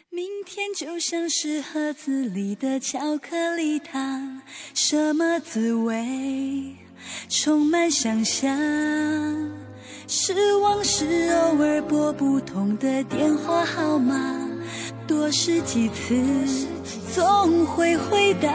明天就像是盒子里的巧克力糖，什么滋味充满想象，失望是偶尔拨不通的电话号码，多试几次总会回答，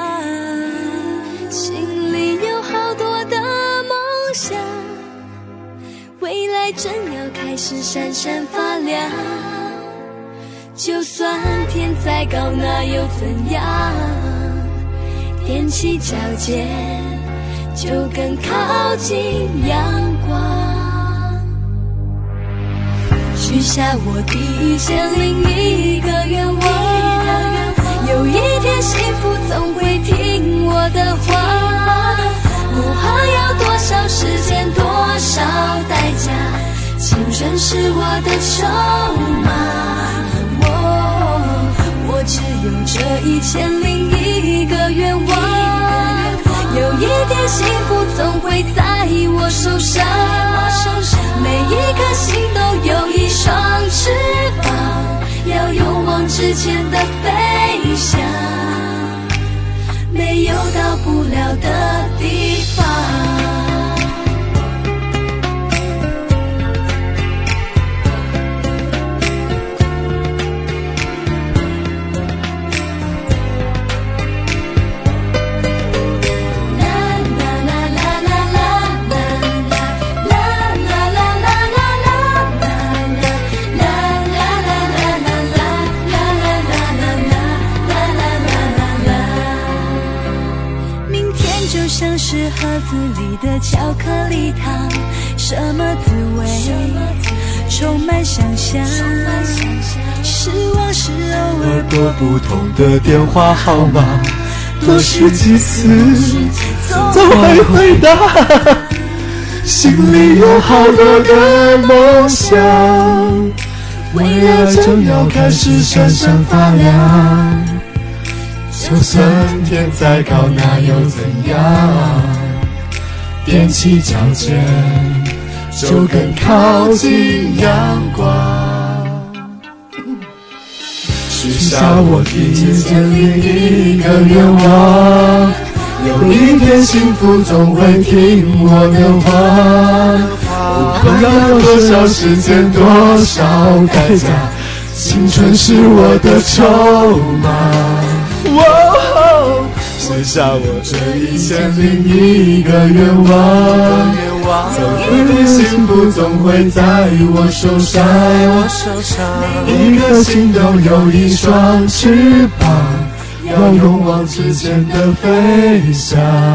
心里有好多的梦想，未来正要开始闪闪发亮，就算天再高那又怎样，踮起脚尖就更靠近阳光，许下我1001个愿望，有一天幸福总会听我的话，不怕要多少时间多少代价，青春是我的筹码，我只有这1001个愿望，有一天幸福总会在我手上，每一颗心都有一双翅膀，要勇往直前的飞翔，没有到不了的地方。像是盒子里的巧克力糖，什么滋味充满想象，失望是偶尔拨不通的电话号码，多试几次总会回答，心里有好多的梦想，未来正要开始闪闪发亮，就算天再高那又怎样，踮起脚尖就更靠近阳光，许下我1001个愿望，有一天幸福总会听我的话，不管要多少时间多少代价，青春是我的筹码，写下我这1001个愿望，有一天幸福总会在我手上，每一颗心都有一双翅膀，要勇往直前的飞翔，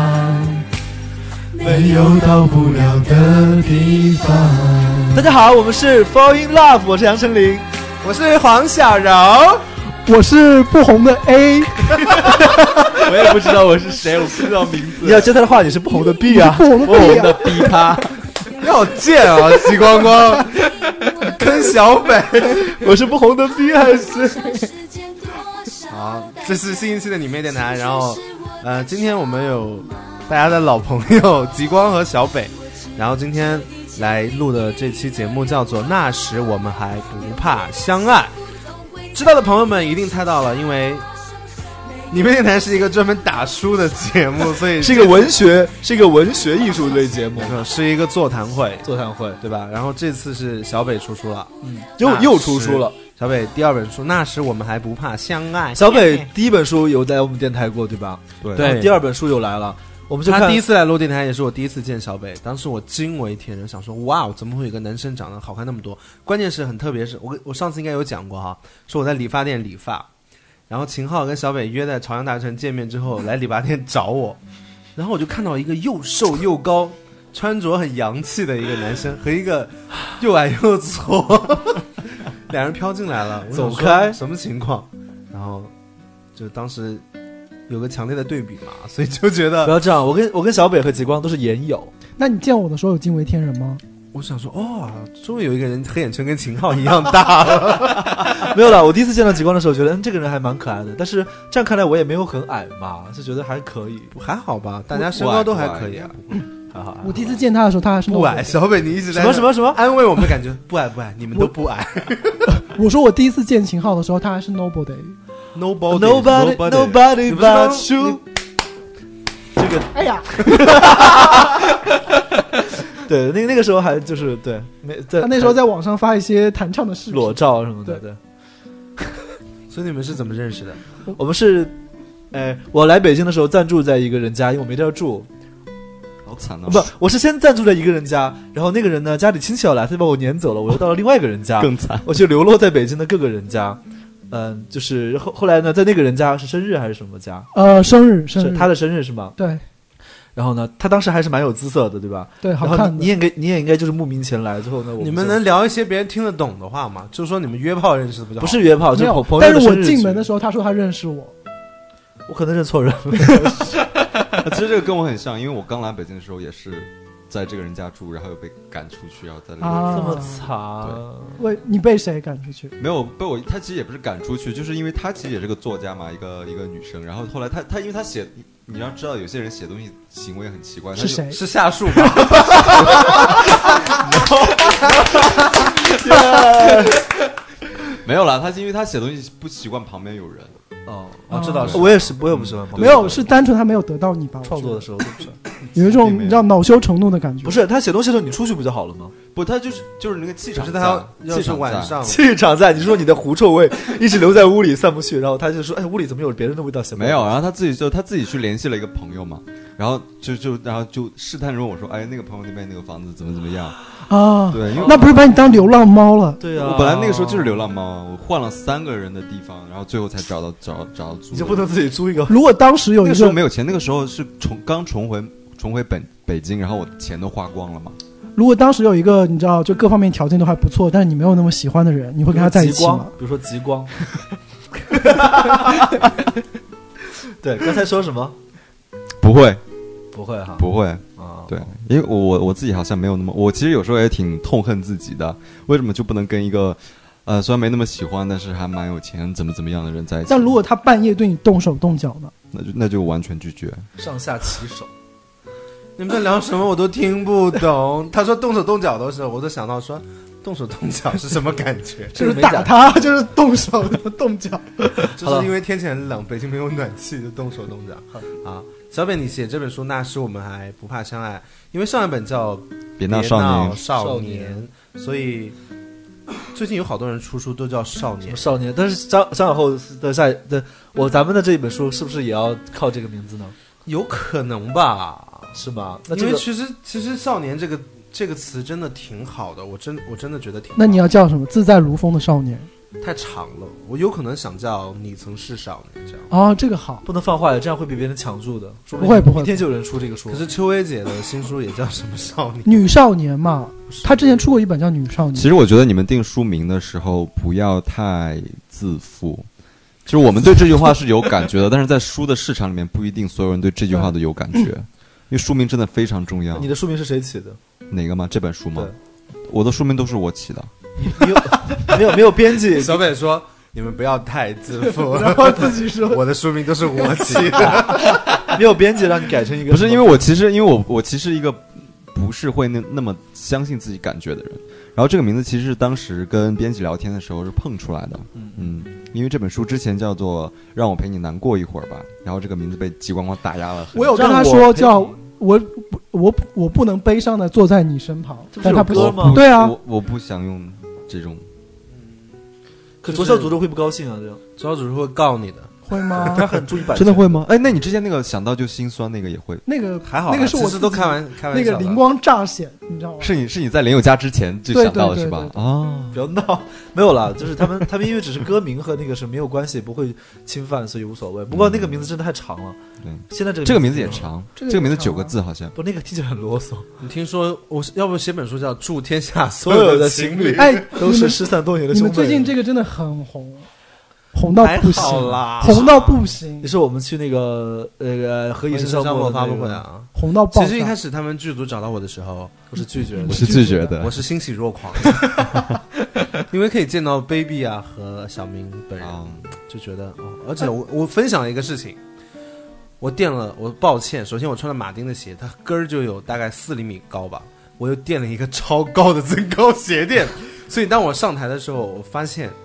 没有到不了的地方。 大家好，我们是 Fall in Love， 我是杨丞琳， 我是黄小柔， 我是不红的 A 我也不知道我是谁，我不知道名字。 你要接他的话，你是不红的 B 啊， 不红的 B 他。 你好贱啊，极光光跟小北， 我是不红的 B 还是？ 好，这是新一期的你妹电台，然后今天我们有大家的老朋友极光和小北，然后今天来录的这期节目叫做那时我们还不怕相爱，知道的朋友们一定猜到了，因为你们电台是一个专门打书的节目，所以是一个文学艺术类节目， 是一个座谈会， 对吧？ 然后这次是小北出书了， 又出书了。 小北第2本书，那时我们还不怕相爱。 小北第1本书有在我们电台过，对吧？ 对。 第2本书又来了，我们就看他第一次来录电台，也是我第一次见小北，当时我惊为天人，想说哇，怎么会有一个男生长得好看那么多？关键是很特别，是我上次应该有讲过哈，说我在理发店理发。然后秦昊跟小北约在朝阳大城见面之后来理发店找我，然后我就看到一个又瘦又高穿着很洋气的一个男生和一个又矮又矬两人飘进来了， 走开， 什么情况？然后就当时有个强烈的对比嘛，所以就觉得不要这样，我跟小北和极光都是眼友。 那你见我的时候有惊为天人吗？ 我想说终于有一个人黑眼圈跟秦昊一样大了没有啦，我第一次见到极光的时候觉得这个人还蛮可爱的，但是这样看来我也没有很矮嘛，就觉得还可以， 还好吧，大家身高都还可以啊。 好， 我第一次见他的时候他还是不矮，小北你一直在什么安慰我们的感觉，不矮，你们都不矮我说我第一次见秦昊的时候，他还是 Nobody。 Nobody but you。这个哎呀， 对，那个时候还就是对， 他那时候在网上发一些弹唱的视频， 裸照什么的，对。 所以你们是怎么认识的？ 我们是，我来北京的时候暂住在一个人家，因为我没地儿住。 好惨啊！ 不，我是先暂住在一个人家，然后那个人呢家里亲戚要来，他就把我撵走了，我又到了另外一个人家， 更惨。 我就流落在北京的各个人家。就是后来呢，在那个人家是生日还是什么家？ 生日， 是他的生日是吗？ 对。 然后呢，他当时还是蛮有姿色的，对吧？ 对，好看的。 然后你也应该就是慕名前来，最后呢， 你们能聊一些别人听得懂的话吗？就是说你们约炮认识的不就好？ 不是约炮，就是朋友。 但是我进门的时候，他说他认识我， 我可能认错人了。 其实这个跟我很像，因为我刚来北京的时候也是在这个人家住，然后又被赶出去，然后在那里这么惨。 对，你被谁赶出去？ 没有被我，他其实也不是赶出去，就是因为他其实也是个作家嘛，一个女生，然后后来他因为他写，你要知道有些人写东西行为很奇怪， 是谁？ 是夏树吧？ 没有啦，他是因为他写东西不习惯旁边有人。 我知道，我也不喜欢。 没有，是单纯他没有得到你吧？ 创作的时候， 有一种你知道恼羞成怒的感觉。 不是他写东西的时候，你出去不就好了吗？ 不，他就是那个气场， 他要是晚上气场在，你说你的狐臭味一直留在屋里散不去，然后他就说，哎，屋里怎么有别人的味道？ 没有，然后他自己去联系了一个朋友嘛，然后就试探着问我说，哎，那个朋友那边那个房子怎么样？ 啊， 对，因为那不是把你当流浪猫了？ 对啊， 我本来那个时候就是流浪猫，我换了3个人的地方，然后最后才找到租。 你就不能自己租一个？ 如果当时有一个， 那个时候没有钱，那个时候是刚重回北京，然后我钱都花光了嘛。 如果当时有一个你知道就各方面条件都还不错，但是你没有那么喜欢的人，你会跟他在一起吗？ 比如说极光。对，刚才说什么？ 不会哈，不会。对，因为我自己好像没有那么，我其实有时候也挺痛恨自己的，为什么就不能跟一个虽然没那么喜欢，但是还蛮有钱怎么样的人在一起？ 但如果他半夜对你动手动脚呢？ 那就完全拒绝， 上下其手。 你们在聊什么我都听不懂。他说动手动脚的时候，我都想到说动手动脚是什么感觉？ 就是打他，就是动手动脚。 就是因为天气很冷，北京没有暖气，就动手动脚。啊，小北，你写这本书，那时我们还不怕相爱，因为上一本叫《 别闹少年》，所以最近有好多人出书都叫少年。 但是张小厚的咱们的这一本书是不是也要靠这个名字呢？ 有可能吧， 是吗？ 因为其实少年这个词真的挺好的，我真的觉得挺好的。 那你要叫什么？自在如风的少年？ 太长了，我有可能想叫你曾是少年这样。 哦，这个好， 不能放坏，这样会被别人抢注的。 不会， 明天就有人出这个书。 可是秋薇姐的新书也叫什么少年？ 女少年嘛，她之前出过一本叫《女少年》。 其实我觉得你们定书名的时候不要太自负。就是我们对这句话是有感觉的，但是在书的市场里面不一定所有人对这句话都有感觉，因为书名真的非常重要。 你的书名是谁起的？ 哪个吗？这本书吗？我的书名都是我起的。 没有编辑。 小北说：“你们不要太自负。” 然后自己说：“ 我的书名都是我起的。” 没有编辑让你改成一个。 不是因为我其实一个不是会那么相信自己感觉的人。然后这个名字其实是当时跟编辑聊天的时候是碰出来的。因为这本书之前叫做《让我陪你难过一会儿吧》，然后这个名字被极光光打压了。 我有跟他说叫我不能悲伤的坐在你身旁，但他不歌吗？ 对啊， 我不想用这种。 可左小诅咒会不高兴啊？这样左小诅咒会告你的。 会吗？ 他很注意版权。 真的会吗？哎，那你之前那个想到就心酸那个也会？ 那个还好， 那个是我都开玩笑那个灵光乍现，你知道吗？ 是你在林宥嘉之前就想到的是吧？啊， 不要闹，没有啦，就是他们因为只是歌名和那个是没有关系，不会侵犯，所以无所谓。不过那个名字真的太长了。 对， 现在这个名字也长，这个名字9个字好像。 不，那个听起来很啰嗦。 你听说我要不写本书叫《祝天下所有的情侣哎都是失散多年的兄妹》。 你们最近这个真的很红。红到不行啦， 红到不行。 你说我们去那个何以笙箫默发布会啊， 红到爆炸。 其实一开始他们剧组找到我的时候， 我是拒绝的， 我是欣喜若狂，因为可以见到 baby 啊和小明本人，就觉得而且我分享了一个事情，我抱歉，首先我穿了马丁的鞋，它跟儿就有大概4厘米高吧，我又垫了一个超高的增高鞋垫，所以当我上台的时候，我发现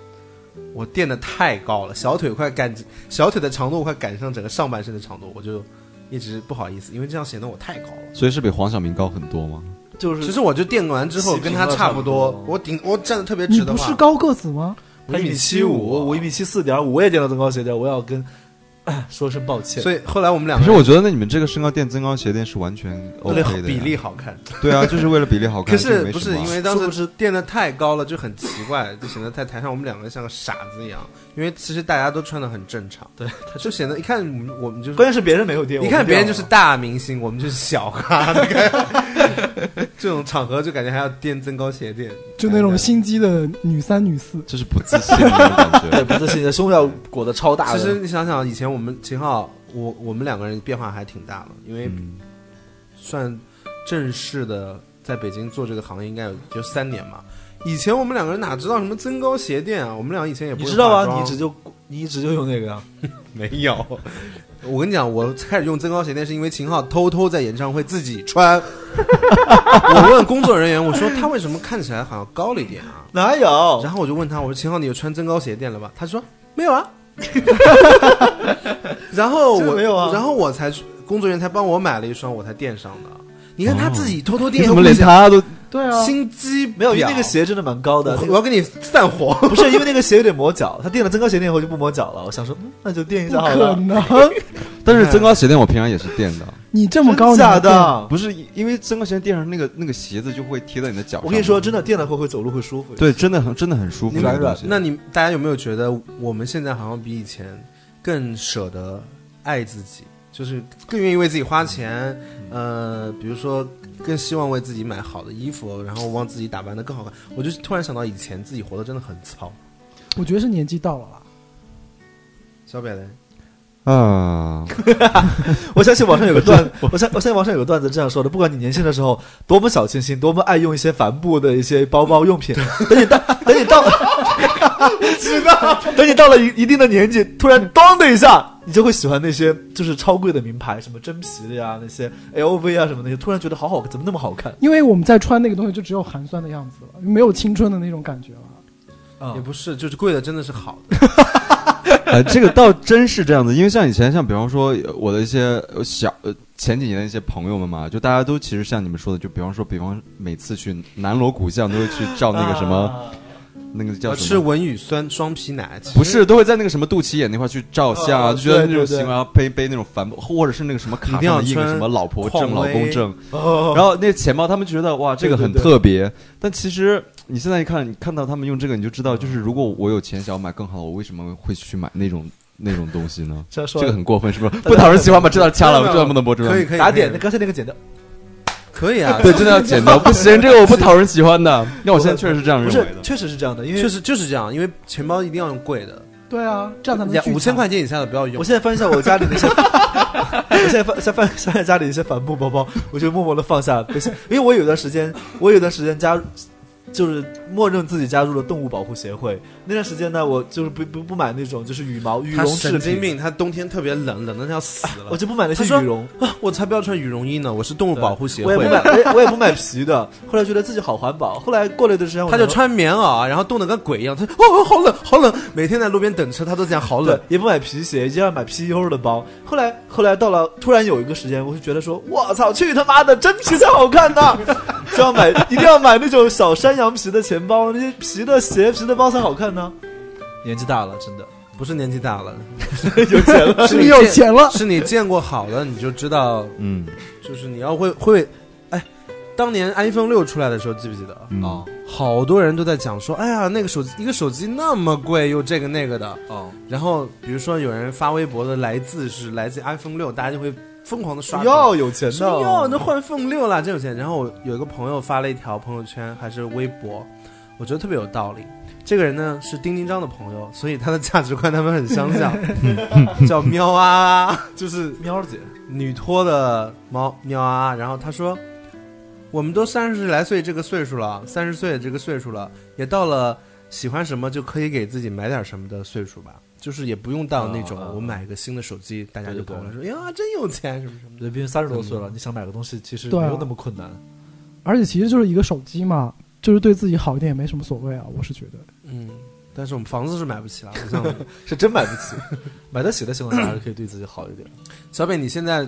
我垫的太高了，小腿的长度快赶上整个上半身的长度，我就一直不好意思，因为这样显得我太高了。 所以是比黄晓明高很多吗？ 就是其实我就垫完之后跟他差不多，我站得特别直的话， 你不是高个子吗？ 他1.75米，我1.74.5米，我也垫了增高鞋垫，我要跟说声抱歉。 所以后来我们两个， 可是我觉得那你们这个身高垫增高鞋垫是完全 OK 的， 比例好看。 对啊，就是为了比例好看。 可是不是因为当时是垫的太高了，就很奇怪，就显得在台上我们两个像个傻子一样。因为其实大家都穿得很正常， 对， 就显得一看我们就是， 关键是别人没有垫， 一看别人就是大明星，我们就是小咖。这种场合就感觉还要垫增高鞋垫， 就那种心机的女3女4， 就是不自信的那种感觉。 对，不自信的胸要裹得超大的。 其实你想想，以前我们秦昊，我们两个人变化还挺大的，因为算正式的在北京做这个行业应该就3年嘛。以前我们两个人哪知道什么增高鞋垫啊？我们俩以前也不会你知道啊？ 化妆你一直就用那个啊？ 没有。我跟你讲，我开始用增高鞋垫是因为秦昊偷偷在演唱会自己穿。我问工作人员，我说他为什么看起来好像高了一点啊？ 哪有？ 然后我就问他，我说秦昊你有穿增高鞋垫了吧？他说没有啊。然后没有啊， 然后我才工作人员才帮我买了一双，我才垫上的。你看他自己偷偷垫， 怎么连他都对啊， 心机没有，因为那个鞋真的蛮高的。 我要跟你散伙。 不是因为那个鞋有点磨脚，他垫了增高鞋垫以后就不磨脚了。我想说，那就垫一下好了。 不可能， 但是增高鞋垫我平常也是垫的。 你这么高， 假的？ 不是因为增高鞋垫上那个鞋子就会贴在你的脚上。 我跟你说，真的垫了会走路会舒服。 对，真的很舒服， 软软。 那大家有没有觉得我们现在好像比以前更舍得爱自己？就是更愿意为自己花钱，比如说更希望为自己买好的衣服，然后往自己打扮得更好看。我就突然想到以前自己活得真的很糙。 我觉得是年纪到了啦。 小北嘞？ 我相信网上有个段，我相信网上有个段子这样说的：不管你年轻的时候多么小清新，多么爱用一些帆布的一些包包用品，等你到了一定的年纪，突然咚的一下，你就会喜欢那些就是超贵的名牌，什么真皮的呀，那些 LV 啊什么那些，突然觉得好好看，怎么那么好看？ 因为我们在穿那个东西就只有寒酸的样子了，没有青春的那种感觉了。 也不是，就是贵的真的是好的。 这个倒真是这样子，因为像以前，像比方说我的一些前几年的一些朋友们嘛，就大家都其实像你们说的，就比方每次去南锣鼓巷都会去照那个什么。那个叫什么？ 吃文宇酸双皮奶， 不是都会在那个什么肚脐眼那块去照相啊？就觉得那种喜欢背那种帆布，或者是那个什么卡上印个什么老婆证、老公证，然后那钱包他们觉得哇这个很特别，但其实你现在一看，你看到他们用这个，你就知道，就是如果我有钱想要买更好的，我为什么会去买那种东西呢？这个很过分，是不是？不讨人喜欢把这段掐了，这段不能播出来。 可以打点，刚才那个剪掉。 可以啊， 对，真的要剪掉，不行，这个我不讨人喜欢的。那我现在确实是这样认为的， 不是，确实是这样的，因为确实就是这样，因为钱包一定要用贵的。 对啊，这样才能 5000块钱以下的不要用。 我现在翻一下我家里那些，我现在翻一下家里一些帆布包包，我就默默的放下，因为我有段时间就是默认自己加入了动物保护协会。那段时间呢，我就是不买那种就是羽绒制品。 他神经病，他冬天特别冷的要死了， 我就不买那些羽绒啊！我才不要穿羽绒衣呢！我是动物保护协会， 我也不买皮的。后来觉得自己好环保，后来过了一段时间， 他就穿棉袄，然后冻得跟鬼一样。他好冷好冷，每天在路边等车，他都讲好冷。 也不买皮鞋，一定要买 PU 的包。后来到了突然有一个时间，我就觉得说，我操，去他妈的，真皮才好看呢！一定要买那种小山羊皮的钱包，那些皮的鞋、皮的包才好看呢。年纪大了，真的不是年纪大了， 有钱了， 是你有钱了， 是你见过好了，你就知道，就是你要会，哎，当年 iPhone 6出来的时候，记不记得啊？好多人都在讲说，哎呀，那个一个手机那么贵，又这个那个的然后比如说有人发微博的来自 iPhone 6，大家就会疯狂的刷， 哟，有钱的， 哟，那换iPhone 6啦，真有钱。然后我有一个朋友发了一条朋友圈还是微博，我觉得特别有道理。这个人呢是丁丁张的朋友，所以他的价值观他们很相像，叫喵啊，就是喵姐女托的喵啊。然后他说，我们都30来岁这个岁数了，30岁这个岁数了，也到了喜欢什么就可以给自己买点什么的岁数吧。就是也不用到那种我买个新的手机，大家就跟我说呀真有钱什么什么的。 对，毕竟30多岁了，你想买个东西其实没有那么困难。 而且其实就是一个手机嘛，就是对自己好一点也没什么所谓啊，我是觉得。 但是我们房子是买不起了，好像是真买不起，买得起的情况下还是可以对自己好一点。 小北，你现在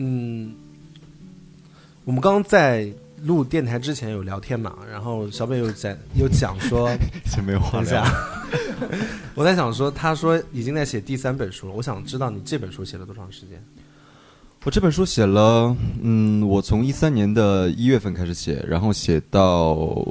我们刚刚在录电台之前有聊天嘛，然后小北有讲说， 先没有话聊。 我在想说，他说已经在写第3本书了，我想知道你这本书写了多长时间？ 我这本书写了，我从13年的1月份开始写，然后写到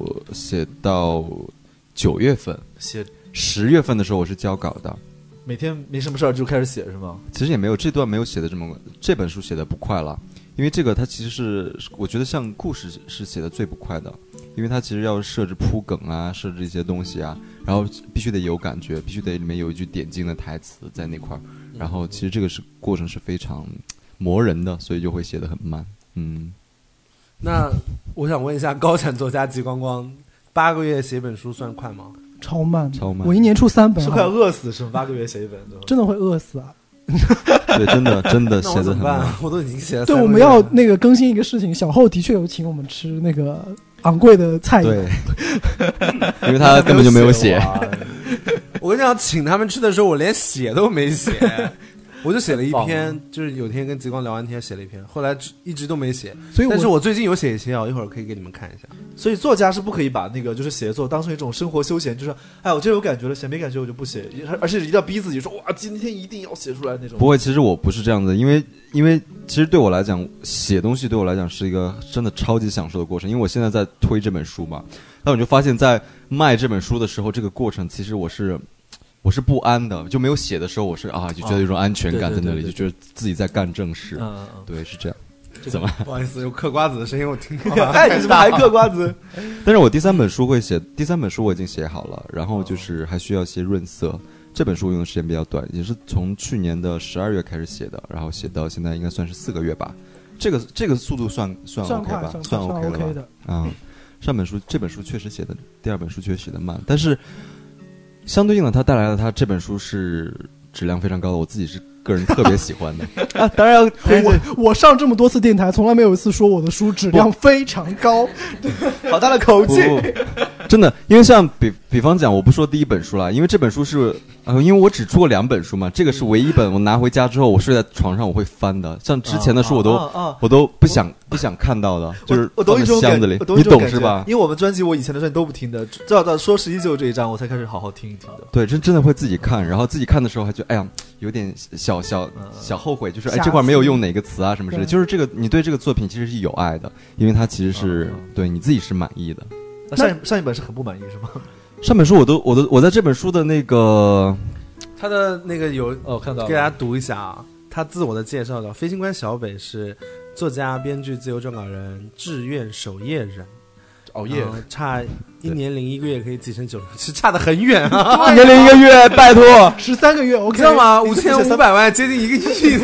9月份， 写 10月份的时候我是交稿的。 每天没什么事儿就开始写是吗？ 其实也没有，这段没有写的这本书写的不快了，因为这个它其实是我觉得像故事是写的最不快的，因为它其实要设置铺梗啊，设置一些东西啊，然后必须得有感觉，必须得里面有一句点睛的台词在那块儿，然后其实这个过程是非常磨人的，所以就会写得很慢。 那我想问一下，高产作家吉光光8个月写本书算快吗？ 超慢， 超慢。 我1年出3本， 是快要饿死是吗？8个月写一本， 真的会饿死啊！ 对，真的写得很慢。 我都已经写了。 对，我们要那个更新一个事情，小厚的确有请我们吃那个昂贵的菜。 对，因为他根本就没有写。 我跟你讲，请他们吃的时候，我连写都没写。我就写了一篇，就是有天跟极光聊完天写了一篇，后来一直都没写。但是我最近有写一些一会儿可以给你们看一下。 所以作家是不可以把那个就是写作当成一种生活休闲，就是哎，我这有感觉了，写没感觉我就不写，而且一定要逼自己说哇，今天一定要写出来那种。 不会，其实我不是这样的，因为其实对我来讲，写东西对我来讲是一个真的超级享受的过程。因为我现在在推这本书嘛，那我就发现，在卖这本书的时候，这个过程其实我是不安的，就没有写的时候，我是就觉得有一种安全感在那里，就觉得自己在干正事。对，是这样。怎么？ 不好意思，有嗑瓜子的声音我听到了。 哎，你怎么还嗑瓜子？ 但是我第3本书我已经写好了，然后就是还需要一些润色。这本书用的时间比较短，也是从去年的12月开始写的，然后写到现在应该算是4个月吧。这个速度算 OK 吧？算 OK 了吧？这本书确实写的，第2本书确实写的慢，但是相对应的，它带来了它这本书是质量非常高的，我自己是个人特别喜欢的啊。当然我上这么多次电台，从来没有一次说我的书质量非常高， 好大的口气。 真的，因为像比方讲，我不说第1本书了，因为这本书是因为我只出过2本书嘛，这个是唯一一本我拿回家之后我睡在床上我会翻的，像之前的书我都不想看到的，就是放在箱子里，你懂是吧？ 因为我们专辑我以前的专辑都不听的，直到说11就这一章我才开始好好听一听的。 对，真的会自己看，然后自己看的时候还觉得哎呀有点小后悔，就是这块没有用哪个词啊什么之类，就是这个你对这个作品其实是有爱的，因为它其实是对你自己是满意的。 那上一本是很不满意是吗？ 上本书我在这本书的那个他的那个有看到了， 给大家读一下啊。他自我的介绍叫飞行官小北是作家、编剧、自由撰稿人、志愿守夜人。 熬夜差1年零1个月可以继承90，其实差得很远啊！ 1年零1个月，拜托 13个月 OK 知道吗？5500万，接近1个亿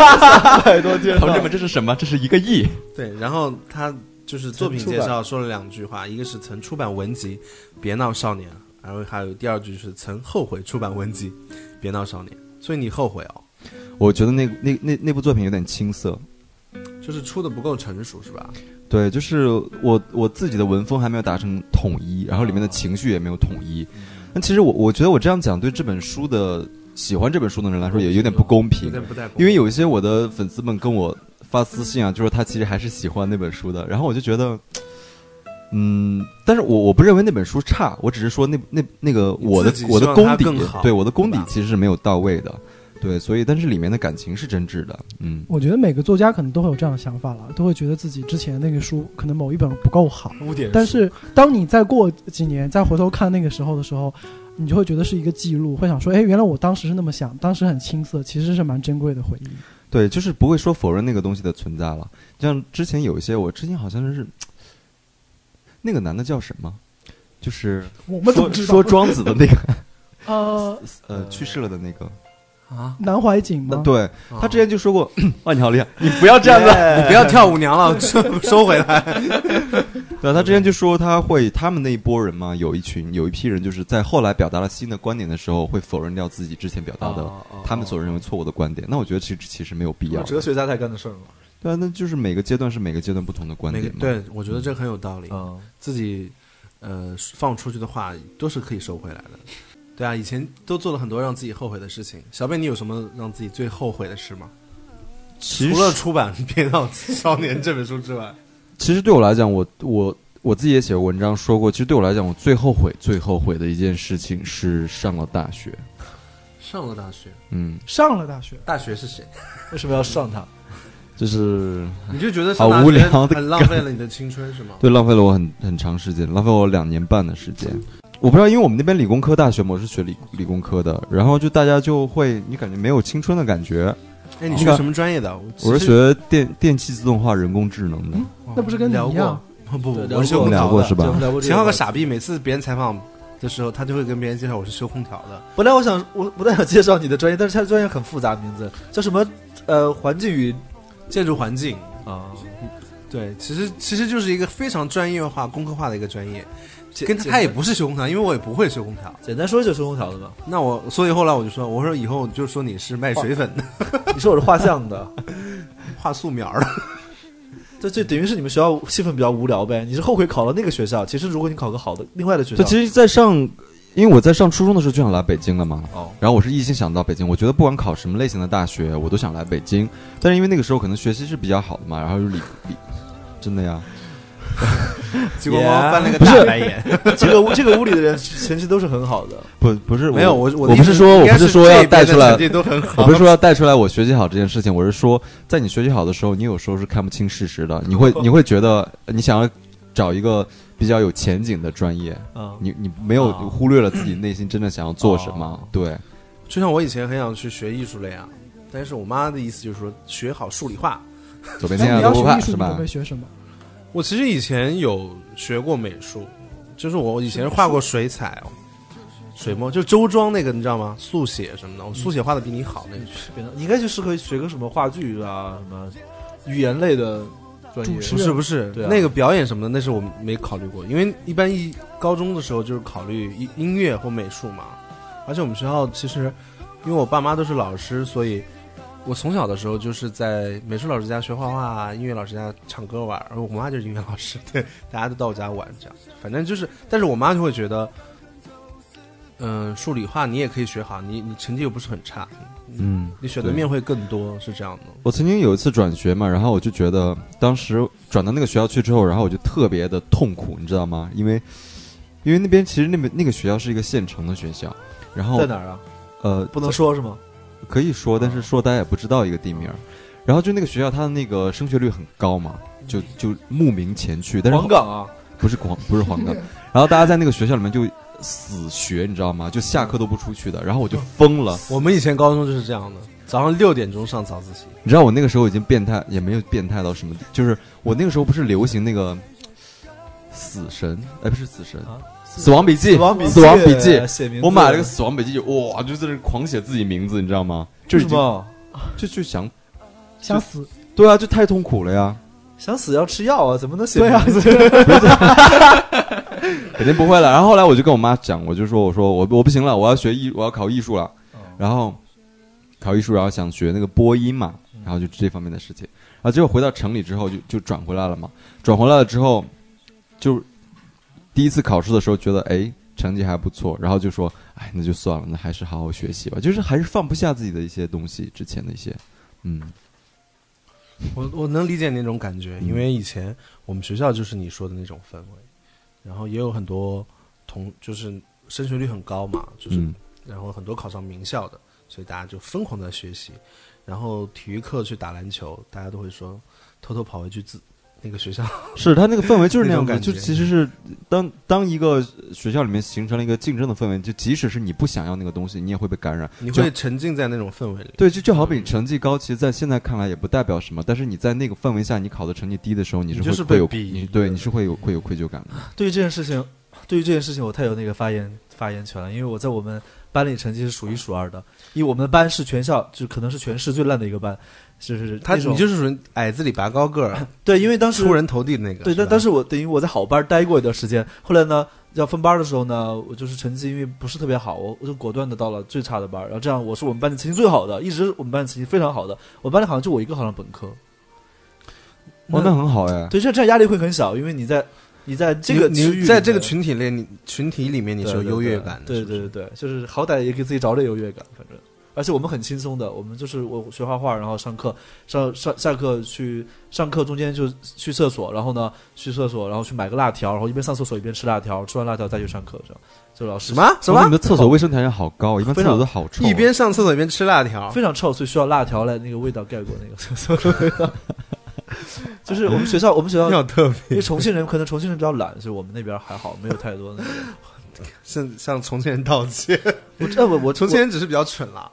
，300多件。 同志们，这是什么？这是1个亿。 对，然后他就是作品介绍说了2句话，一个是曾出版文集《别闹少年》，然后还有第2句是曾后悔出版文集《别闹少年》，所以你后悔哦？ 我觉得那部作品有点青涩， 就是出的不够成熟，是吧？ 对，就是我自己的文风还没有达成统一，然后里面的情绪也没有统一。那其实我觉得我这样讲对这本书的喜欢这本书的人来说也有点不公平，因为有一些我的粉丝们跟我发私信啊，就说他其实还是喜欢那本书的，然后我就觉得，但是我不认为那本书差，我只是说那个我的功底，对我的功底其实是没有到位的。对，所以但是里面的感情是真挚的。 我觉得每个作家可能都会有这样的想法了，都会觉得自己之前那个书可能某一本不够好，但是当你再过几年再回头看那个时候的时候，你就会觉得是一个记录，会想说，哎，原来我当时是那么想，当时很青涩，其实是蛮珍贵的回忆。 对，就是不会说否认那个东西的存在了。像之前有一些，我之前好像是那个男的叫什么，就是我们说庄子的那个去世了的那个。 南怀瑾吗？ 对，他之前就说过，哇，你好厉害，你不要这样子， 你不要跳舞娘了，收回来。 对，他之前就说他们那一波人嘛，有一批人就是在后来表达了新的观点的时候，会否认掉自己之前表达的他们所认为错误的观点。那我觉得其实没有必要。 哲学家才干的事儿嘛。 对啊，那就是每个阶段是每个阶段不同的观点嘛。 对，我觉得这很有道理。自己放出去的话都是可以收回来的。 对啊，以前都做了很多让自己后悔的事情。小贝，你有什么让自己最后悔的事吗？除了出版《编号少年》这本书之外， 其实对我来讲，我自己也写过文章说过，其实对我来讲，我最后悔的一件事情是上了大学。 上了大学， 上了大学， 大学是谁？ 为什么要上它？ 就是你就觉得上大学好无聊的很浪费了你的青春是吗？ 对，浪费了我很长时间，浪费我2年半的时间。我不知道，因为我们那边理工科大学嘛，我是学理工科的，然后就大家就会，你感觉没有青春的感觉。 哎，你学什么专业的？ 我是学电气自动化人工智能的。 那不是跟你一样？ 不， 我是修空调过是吧？ 秦昊个傻逼，每次别人采访的时候，他就会跟别人介绍我是修空调的。 本来我不太想介绍你的专业，但是他的专业很复杂，名字叫什么？环境与建筑环境啊。 对，其实就是一个非常专业化、工科化的一个专业。跟他也不是修空调，因为我也不会修空调。 简单说就是修空调的嘛。 那所以后来我说以后就说你是卖水粉的， 你说我是画像的， 画素描的。 这等于是你们学校气氛比较无聊呗。你是后悔考了那个学校，其实如果你考个好的另外的学校， 其实因为我在上初中的时候就想来北京了嘛。然后我是一心想到北京，我觉得不管考什么类型的大学，我都想来北京。但是因为那个时候可能学习是比较好的嘛，然后就真的呀。 激光光翻了个大白眼。 这个屋里的人成绩都是很好的。 不是没有我不是说要带出来， 我不是说要带出来我学习好这件事情，我是说在你学习好的时候，你有时候是看不清事实的，你会觉得你想要找一个比较有前景的专业，你没有忽略了自己内心真的想要做什么。对， 就像我以前很想去学艺术类啊，但是我妈的意思就是说学好数理化， 左边天下都不怕，是吧？ 你准备学什么？ 我其实以前有学过美术，就是我以前画过水彩水墨，就是周庄那个你知道吗？速写什么的，我速写画的比你好那个。 你应该就适合学个什么话剧啊，什么语言类的专业。 不是， 对啊， 那个表演什么的，那是我没考虑过，因为一般高中的时候就是考虑音乐或美术嘛。而且我们学校其实，因为我爸妈都是老师，所以我从小的时候就是在美术老师家学画画，音乐老师家唱歌玩，而我妈就是音乐老师，对，大家都到我家玩这样。反正就是，但是我妈就会觉得，数理化你也可以学好，你成绩又不是很差，你选的面会更多，是这样的。 我曾经有一次转学嘛，然后我就觉得当时转到那个学校去之后，然后我就特别的痛苦，你知道吗？因为那边其实那个学校是一个县城的学校，然后在哪儿啊？不能说是吗？ 可以说，但是说大家也不知道一个地名。然后就那个学校，它的那个升学率很高嘛，就慕名前去。但是黄冈啊， 不是黄冈。然后大家在那个学校里面就死学，你知道吗？就下课都不出去的。然后我就疯了。 我们以前高中就是这样的，早上6点钟上早自习。 你知道我那个时候已经变态，也没有变态到什么地，就是我那个时候不是流行那个死神，不是死神。死亡笔记，我买了个死亡笔记，哇，就在这狂写自己名字，你知道吗？就什么？ 就想死？ 对啊，就太痛苦了呀！ 想死要吃药啊，怎么能写？ 对啊， 肯定不会了。然后后来我就跟我妈讲，我说我不行了，我要考艺术了。然后考艺术，然后想学那个播音嘛，然后就这方面的事情。然后结果回到城里之后就转回来了嘛，转回来了之后就。第一次考试的时候觉得成绩还不错，然后就说那就算了，那还是好好学习吧，就是还是放不下自己的一些东西，之前的一些我能理解那种感觉，因为以前我们学校就是你说的那种氛围，然后也有很多就是升学率很高嘛，就是然后很多考上名校的，所以大家就疯狂在学习，然后体育课去打篮球，大家都会说偷偷跑回去那个学校，是他那个氛围就是那样的， 就其实是当一个学校里面形成了一个竞争的氛围，就即使是你不想要那个东西，你也会被感染， 你会沉浸在那种氛围里。 对，就好比成绩高，其实在现在看来也不代表什么，但是你在那个氛围下，你考的成绩低的时候，你是会有你是会有愧疚感的。 对于这件事情，我太有那个发言权了，因为我在我们班里成绩是数一数二的，因为我们的班是全校就可能是全市最烂的一个班。就是你就是属于矮子里拔高个儿， 对，因为当时出人头地的那个。 对，但是我等于我在好班待过一段时间，后来呢要分班的时候呢，我就是成绩因为不是特别好，我就果断的到了最差的班，然后这样我是我们班里成绩最好的，一直我们班成绩非常好的，我班里好像就我一个考上本科。 那很好哎。 对，这样压力会很小，因为你在你在这个区域， 在这个群体里面，你是有优越感的。 对对对对，就是好歹也给自己找点优越感，反正。而且我们很轻松的，我们就是我学画画，然后上课下课去上课中间就去厕所，然后呢去厕所，然后去买个辣条，然后一边上厕所一边吃辣条，吃完辣条再去上课，这样。就老师什么？ 你的厕所卫生条件好高，一般厕所都好臭。 一边上厕所一边吃辣条， 非常臭，所以需要辣条来那个味道盖过那个厕所的味道。就是我们学校好特别， 因为重庆人比较懒，所以我们那边还好，没有太多那个。 向重庆人道歉。 我重庆人只是比较蠢啦。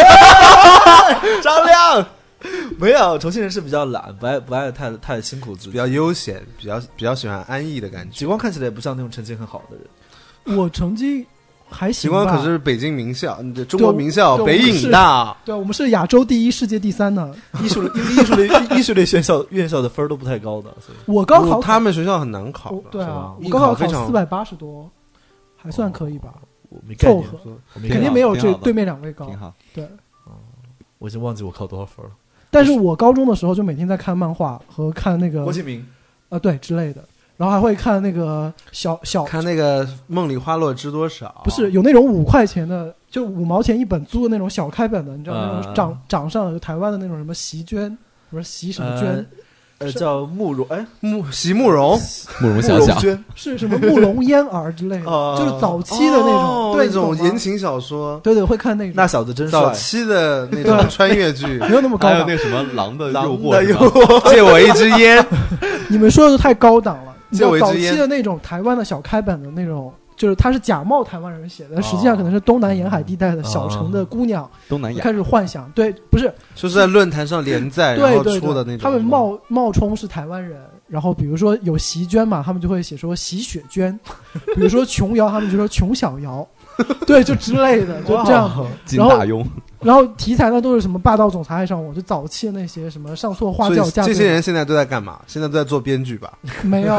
张亮，没有，重庆人是比较懒，不爱太辛苦自己， 比较悠闲，比较喜欢安逸的感觉。 极光看起来也不像那种成绩很好的人。 我成绩还行吧。 极光可是北京名校，中国名校北影大。 对，我们是亚洲第一，世界第3呢。 艺术类院校的分都不太高的，所以我高考他们学校很难考的。 对啊，我高考考480多，还算可以吧。 我没概念， 肯定没有这对面2位高。 挺好。 对， 我已经忘记我考多少分了。 但是我高中的时候就每天在看漫画和看那个郭敬明对之类的，然后还会看那个小看那个梦里花落知多少， 不是有那种5块钱的，就5毛钱一本租的那种小开本的，你知道那种掌上有台湾的那种什么席娟，不是席什么娟。 叫慕容席慕容小小是什么慕容嫣儿之类的，就是早期的那种，对， 那种言情小说， 对，会看那种。 那小子真帅， 早期的那种穿越剧， 没有那么高档。 还有那什么狼的诱惑， 借我一支烟。 你们说的太高档了。 借我一支烟。 早期的那种台湾的小开本的那种，就是他是假冒台湾人写的，实际上可能是东南沿海地带的小城的姑娘， 东南亚开始幻想，对，不是， 就是在论坛上连载，然后出的那种。 他们冒充是台湾人，然后比如说有席娟嘛，他们就会写说席雪娟，比如说琼瑶，他们就说琼小瑶，对，就之类的，就这样。 金大庸。 然后题材呢都是什么霸道总裁爱上我，就早期的那些什么上错花轿嫁。 这些人现在都在干嘛？现在都在做编剧吧？ 没有，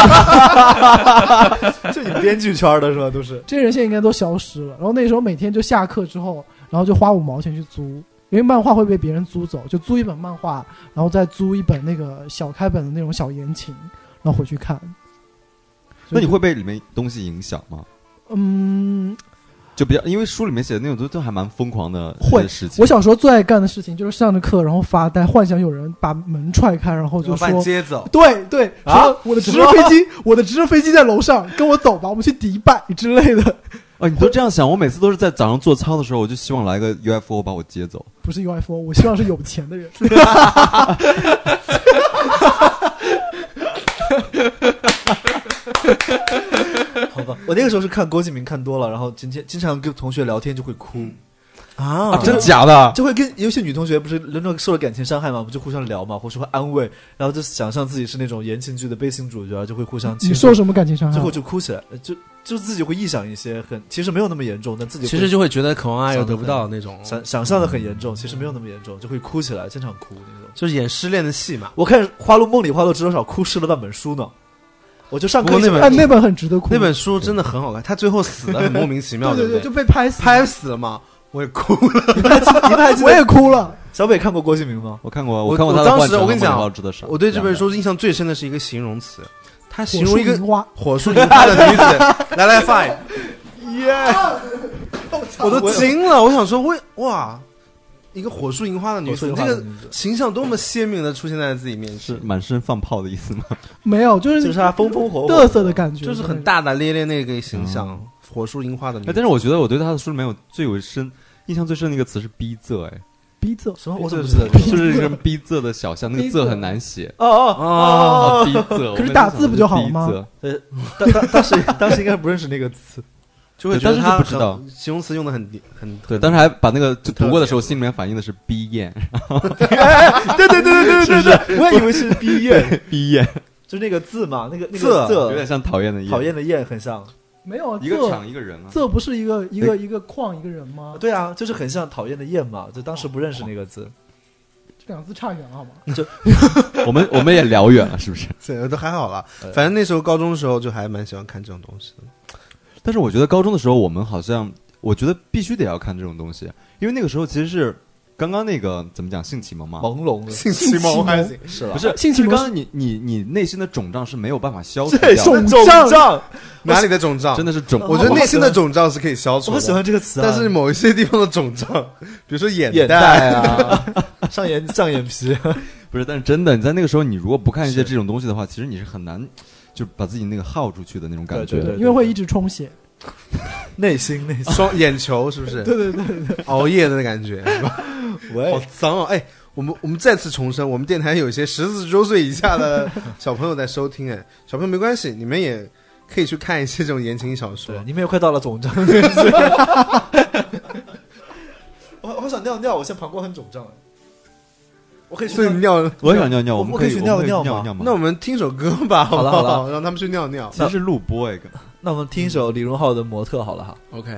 就你编剧圈的是吧？都是这些人现在应该都消失了。然后那时候每天就下课之后，然后就花5毛钱去租，因为漫画会被别人租走，就租一本漫画，然后再租一本那个小开本的那种小言情，然后回去看。 那你会被里面东西影响吗？就比较，因为书里面写的那种都还蛮疯狂的事情。 我小时候最爱干的事情就是上着课，然后发呆，幻想有人把门踹开，然后就说接走。 对说我的直升飞机在楼上，跟我走吧，我们去迪拜之类的。 你都这样想，我每次都是在早上做操的时候，我就希望来个 UFO 把我接走。 不是 UFO， 我希望是有钱的人。 好吧，我那个时候是看郭敬明看多了，然后经常跟同学聊天就会哭啊，真的假的？ 就会跟有些女同学不是那种受了感情伤害嘛，不就互相聊嘛，或是会安慰，然后就想象自己是那种言情剧的悲情主角，就会互相亲。 你受什么感情伤害？ 最后就哭起来，就自己会臆想一些其实没有那么严重，但自己其实就会觉得渴望爱又得不到那种， 想象的很严重，其实没有那么严重，就会哭起来，经常哭那种， 就是演失恋的戏嘛。 我看《梦里花落知多少》哭湿了半本书呢。我就上课那本很值得哭， 那本书真的很好看。他最后死的很莫名其妙， 对，就被拍死了嘛，我也哭了。 你们还记得？ 我也哭了。 小北看过郭敬明吗？ 我看过，我看过他的。 当时我跟你讲，我对这本书是印象最深的是一个形容词，他形容一个火树银花的女子。来 ，fine， 耶！我都惊了，我想说，哇。一个火树银花的女子，这个形象多么鲜明的出现在自己面前， 是满身放炮的意思吗？ 没有，就是她风风火火嘚瑟的感觉， 就是很大大咧咧那个形象，火树银花的女子。 但是我觉得我对她的书里面印象最深的一个词是逼仄， 逼仄什么？我怎么不知道？ 就是一个逼仄的小象，那个仄很难写。 逼仄。 可是打字不就好了吗？ 当时应该不认识那个词。 就会觉得他不知道形容词用的很对，当时还把那个就读过的时候，心里面反映的是逼厌， 对，我也以为是逼厌， 逼厌就是那个字嘛，那个仄有点像讨厌的厌， 讨厌的厌很像， 没有一个场一个人啊， 仄不是一个框一个人吗？ 对啊，就是很像讨厌的厌嘛，就当时不认识那个字， 这2字差远了好吗？ 就我们也聊远了，是不是？ 对，都还好啦，反正那时候高中的时候就还蛮喜欢看这种东西的。 但是我觉得高中的时候，我们好像我觉得必须得要看这种东西，因为那个时候其实是刚刚那个怎么讲性启蒙嘛？ 朦胧的性启蒙还行， 是吧？ 不是， 性启蒙刚刚你内心的肿胀是没有办法消除对， 掉的， 肿胀， 哪里的肿胀？ 真的是肿。 我觉得内心的肿胀是可以消除的。 我喜欢这个词啊， 但是某一些地方的肿胀，比如说眼袋啊，上眼皮， 不是，但是真的，你在那个时候，你如果不看一些这种东西的话，其实你是很难就把自己那个耗出去的那种感觉。 对， 因为会一直充血， 内心双眼球是不是？ 对， 熬夜的感觉， 喂， 好脏哦！哎，我们再次重申，我们电台有一些14周岁以下的小朋友在收听，哎，小朋友没关系，你们也可以去看一些这种言情小说。 对，你们也快到了肿胀。我想尿，我现在膀胱很肿胀。我可以去尿， 我想尿尿，我们可以去尿尿吗？ 吗？ 那我们听首歌吧， 好了， 让他们去尿尿。 其实是录播一个。 那我们听一首李荣浩的《模特》好了哈。 OK。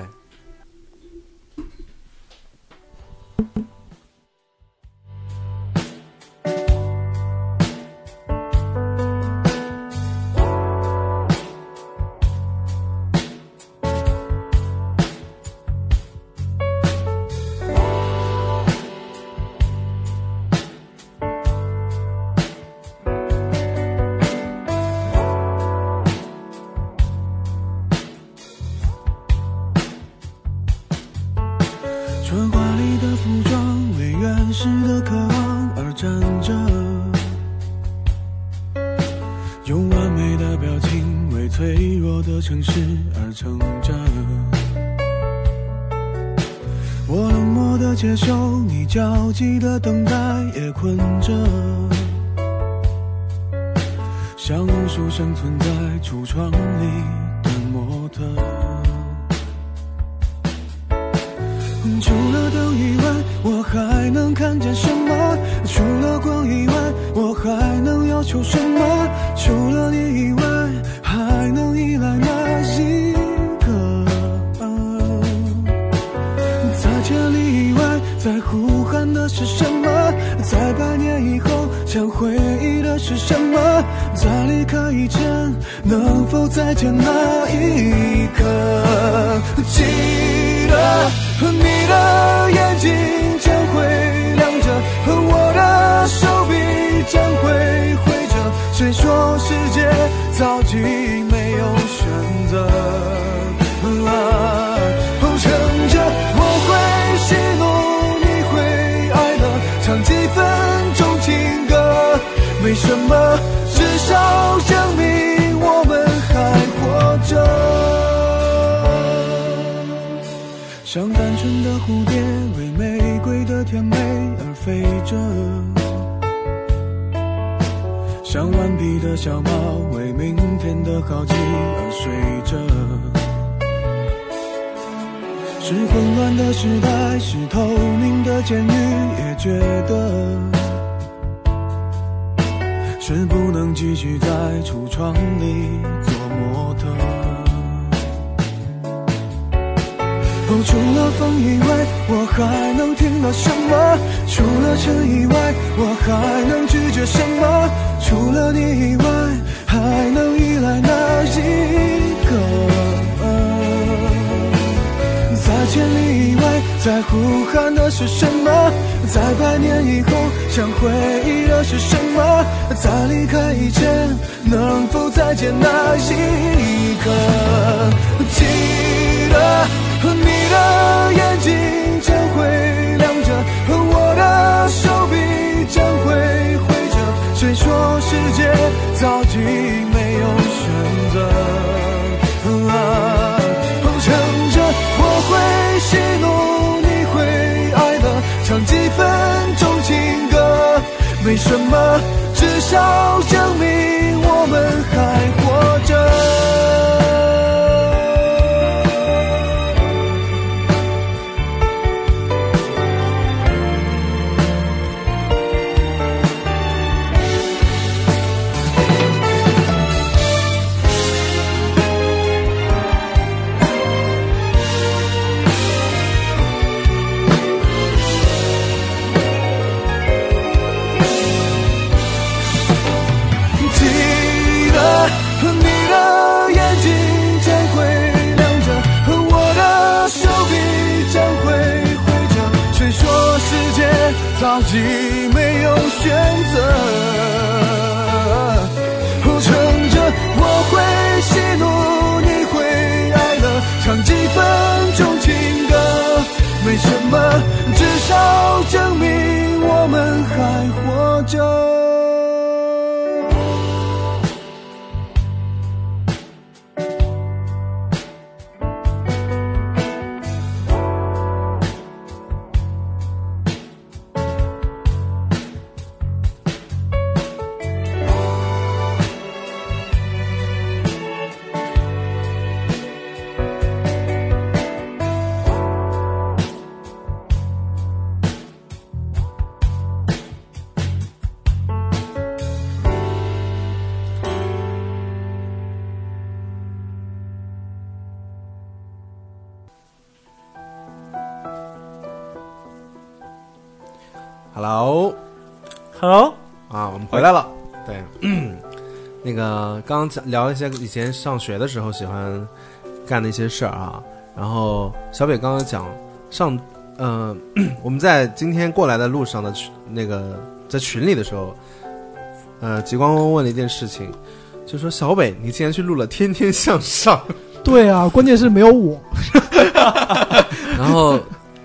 春华里的服装为原始的渴望而站着，用完美的表情为脆弱的城市而撑着。我冷漠的接受你焦急的等待，也困着，像无数生存在橱窗里的模特。除了灯以外，我还能看见什么？除了光以外，我还能要求什么？除了你以外，还能依赖哪一个？在千里以外，在呼喊的是什么？在100年以后，想回忆的是什么？在离开以前，能否再见那一刻？记得你的眼睛将会亮着，我的手臂将会挥着。谁说世界早已没有选择？撑着我会喜怒，你会哀乐，唱几分钟情歌，没什么，至少证明我们还活着。像单纯的蝴蝶为玫瑰的甜美而飞着，像顽皮的小猫为明天的好奇而睡着。是混乱的时代，是透明的监狱，也觉得是不能继续在橱窗里做模特。除了风以外，我还能听到什么？除了尘以外，我还能拒绝什么？除了你以外，还能依赖哪一个？在千里以外，在呼喊的是什么？在100年以后，想回忆的是什么？在离开以前，能否再见那一刻？记得你的眼睛将会亮着，我的手臂将会挥着。谁说世界早已没有选择？撑着我会喜怒，你会哀乐，唱几分钟情歌，没什么，至少证明我们还活着。你的早已没有选择。撑着我会喜怒，你会哀乐，唱几分钟情歌，没什么，至少证明我们还活着。 Hello， 啊，我们回来了。对，那个刚刚聊一些以前上学的时候喜欢干的一些事儿啊。然后小北刚刚讲我们在今天过来的路上的那个在群里的时候，极光问了一件事情，就说小北，你竟然去录了《天天向上》。 对啊，关键是没有我。 然后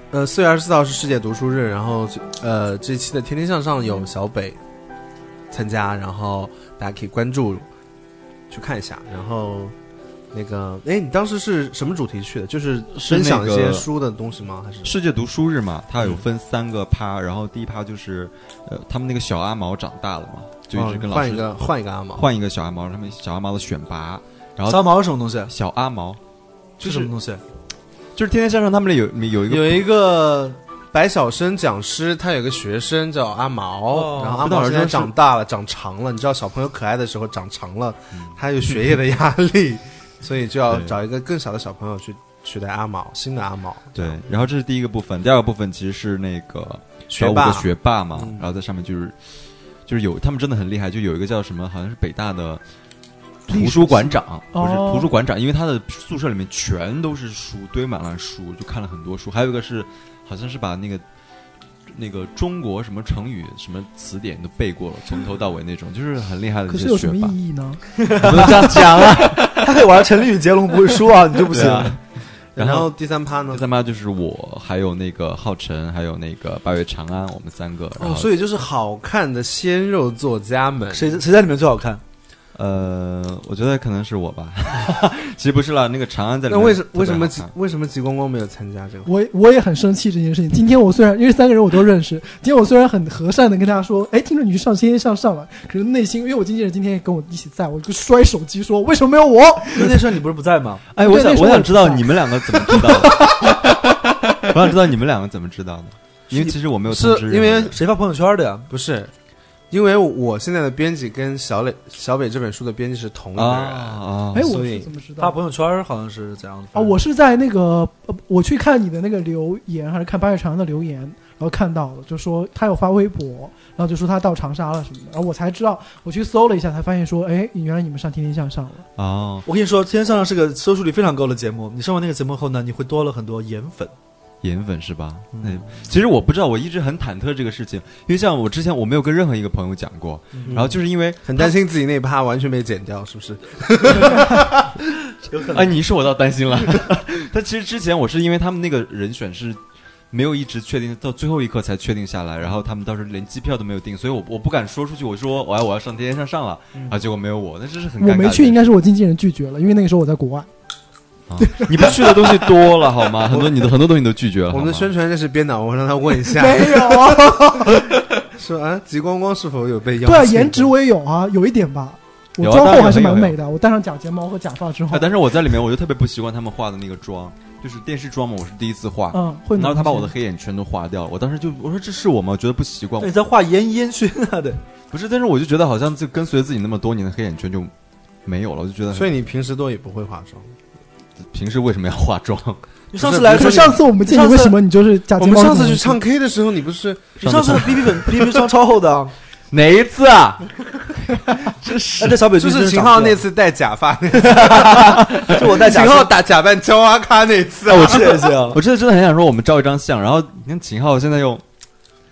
4月24号是世界读书日，然后这一期的《天天向上》有小北参加，然后大家可以关注去看一下。然后那个，哎，你当时是什么主题去的？就是分享一些书的东西吗？还是世界读书日嘛？它有分3个趴，然后第一趴就是他们那个小阿毛长大了嘛，就一直跟老师换一个阿毛， 换一个小阿毛，他们小阿毛的选拔。然后小阿毛是什么东西？ 小阿毛是什么东西？ 就是天天向上他们有一个白晓生讲师，他有个学生叫阿毛，然后阿毛现在长大了，长长了。你知道小朋友可爱的时候长长了，他有学业的压力，所以就要找一个更小的小朋友去取代阿毛，新的阿毛。 对，然后这是第一个部分，第二个部分其实是那个小5个学霸嘛，然后在上面就是有他们真的很厉害，就有一个叫什么，好像是北大的图书馆长，不是图书馆长，因为他的宿舍里面全都是书，堆满了书，就看了很多书。还有一个是，好像是把那个中国什么成语什么词典都背过了，从头到尾那种，就是很厉害的一些学霸。 可是有什么意义呢？ 不能这样讲啊！ 他可以玩成语接龙不会输啊，你就不行。 然后第3趴呢？ 第3趴就是我，还有那个浩辰，还有那个8月长安，我们3个。 所以就是好看的鲜肉作家们， 谁在里面最好看？ 我觉得可能是我吧。其实不是啦，那个长安在里面。 那为什么极光光没有参加这个？ 我也很生气这件事情。今天我虽然因为3个人我都认识，今天我虽然很和善的跟大家说，哎，听说你去上天天向上了，可是内心因为我经纪人今天也跟我一起在，我就摔手机说为什么没有我？ 那件事你不是不在吗？ 哎，我想知道你们2个怎么知道的。我想知道你们2个怎么知道的，因为其实我没有通知。 是因为谁发朋友圈的呀？ 不是。因为我现在的编辑跟小北这本书的编辑是同一个人哎，我是怎么知道？ 发朋友圈好像是怎样的？ 我是在那个我去看你的那个留言，还是看8月长安的留言，然后看到了，就说他有发微博，然后就说他到长沙了什么的，然后我才知道，我去搜了一下，才发现说，哎，原来你们上天天向上了。 哦， 我跟你说，天天向上是个收视率非常高的节目，你上完那个节目后呢，你会多了很多颜粉。 颜粉是吧？其实我不知道，我一直很忐忑这个事情，因为像我之前我没有跟任何一个朋友讲过，然后就是因为很担心自己那趴完全没剪掉，是不是？ 有可能。哎，你说我倒担心了。但其实之前我是因为他们那个人选是没有一直确定，到最后一刻才确定下来，然后他们当时连机票都没有订，所以我不敢说出去，我说我要上天天向上了，啊，结果没有我，那这是很尴尬的。 我没去，应该是我经纪人拒绝了，因为那个时候我在国外。 你不去的东西多了好吗？很多东西你都拒绝了。 我们的宣传认识编导，我让他问一下。 没有。 说啊，极光光是否有被邀请？ 对啊，颜值我也有啊，有一点吧。我妆后还是蛮美的，我戴上假睫毛和假发之后。 但是我在里面我就特别不习惯他们画的那个妆，就是电视妆嘛，我是第一次画，然后他把我的黑眼圈都画掉了，我当时就我说这是我吗？我觉得不习惯。 你在画烟熏啊？对， 不是，但是我就觉得好像就跟随自己那么多年的黑眼圈就没有了，我就觉得。 所以你平时都也不会化妆。 平时为什么要化妆？ 你上次来， 上次我们见你为什么你就是假睫毛？ 我们上次去唱 K 的时候，你不是你上次 BB 霜超厚的， 哪一次啊？ 这是小北就是秦昊那次戴假发那次， 就我戴秦昊打假扮胶阿咖那次。 我真的真的很想说，我们照一张相，然后你看秦昊现在又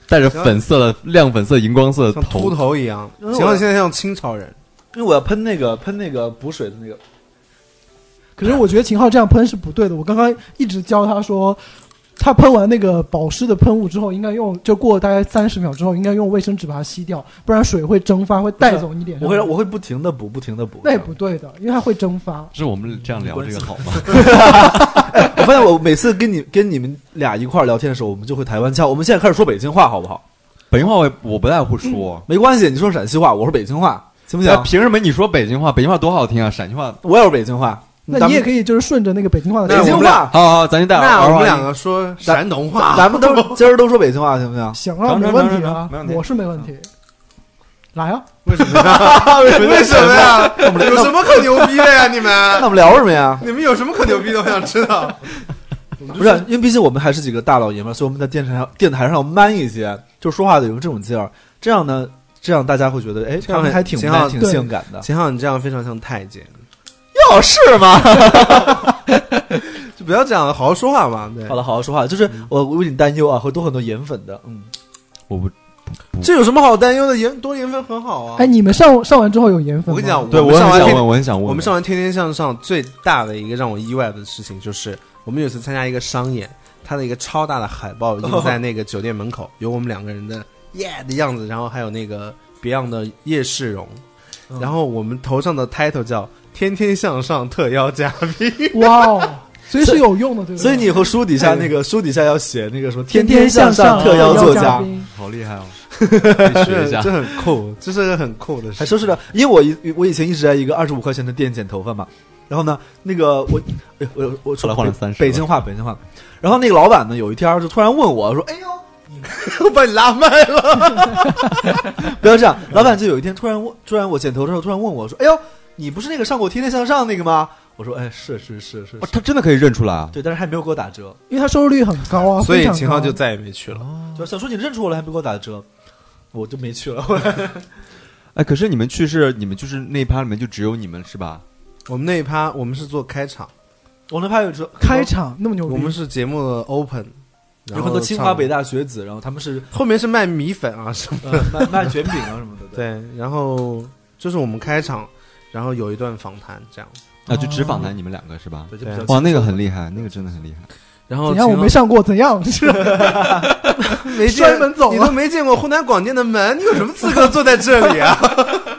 带着粉色的亮粉色、荧光色的像秃头一样。秦昊现在像清朝人， 因为我要喷那个补水的那个。 可是我觉得秦昊这样喷是不对的。我刚刚一直教他说，他喷完那个保湿的喷雾之后，应该就过大概30秒之后，应该用卫生纸把它吸掉，不然水会蒸发，会带走你脸上。 我会不停的补， 那也不对的，因为它会蒸发。 是我们这样聊这个好吗？ 我发现我每次跟你们俩一块聊天的时候，我们就会台湾腔。我们现在开始说北京话好不好？ 北京话我不太会说， 没关系，你说陕西话，我说北京话，行不行？ 凭什么你说北京话？北京话多好听啊！陕西话我也是北京话。 那你也可以就是顺着那个北京话的北京话， 好，咱就带那我们两个说山东话， 咱们今儿都说北京话，行不行？ 行啊，没问题啊，我是没问题。来啊！ 为什么呀？为什么呀？有什么可牛逼的呀？你们？ 那我们聊什么呀？ 你们有什么可牛逼的？我想知道。 不是，因为毕竟我们还是几个大老爷们，所以我们在电台上要 man 一些，就说话得有这种劲儿。这样大家会觉得，哎，他们还挺 man 挺性感的。 秦昊，你这样非常像太监。 哟，是吗？ 就不要这样了，好好说话嘛。对， 好了，好好说话。就是我有点担忧啊，会多很多盐粉的。 我不， 这有什么好担忧的？多盐分很好啊。 哎，你们上完之后有盐粉吗？ 我跟你讲， 对我很想问， 我们上完《天天向上》最大的一个让我意外的事情，就是我们有次参加一个商演，它的一个超大的海报印在那个酒店门口，有我们两个人的的样子，然后还有那个别样的叶世荣，然后我们头上的 title 叫天天向上特邀嘉宾。 哇哦，所以是有用的，对不对？ 所以你以后书底下要写那个什么天天向上特邀作家， 好厉害哦！学一下， 这很酷，这是个很酷的事。 还说是的，因为我以前一直在一个25块钱的店剪头发嘛，然后呢，那个我后来换了30， 北京话。然后那个老板呢，有一天就突然问我说：“哎呦。” 我把你拉麦了， 不要这样。老板就有一天突然我剪头的时候突然问我说：“哎呦，你不是那个上过《天天向上》那个吗？”我说：“哎，是。 他真的可以认出来啊？ 对，但是还没有给我打折， 因为他收视率很高啊， 所以秦昊就再也没去了。 就想说你认出我了，还没给我打折，我就没去了。 哎，可是你们就是那一趴里面就只有你们是吧？ 我们那一趴我们是做开场， 我那趴有开场那么牛逼， 我们是节目的 open。 有很多清华北大学子，然后他们是后面是卖米粉啊什么的，卖卷饼啊什么的。 对，然后就是我们开场，然后有一段访谈这样。 啊，就只访谈你们两个是吧？ 对， 哇，那个很厉害，那个真的很厉害。 然后怎样？我没上过，怎样？ 没摔门走了， 你都没见过湖南广电的门，你有什么资格坐在这里啊？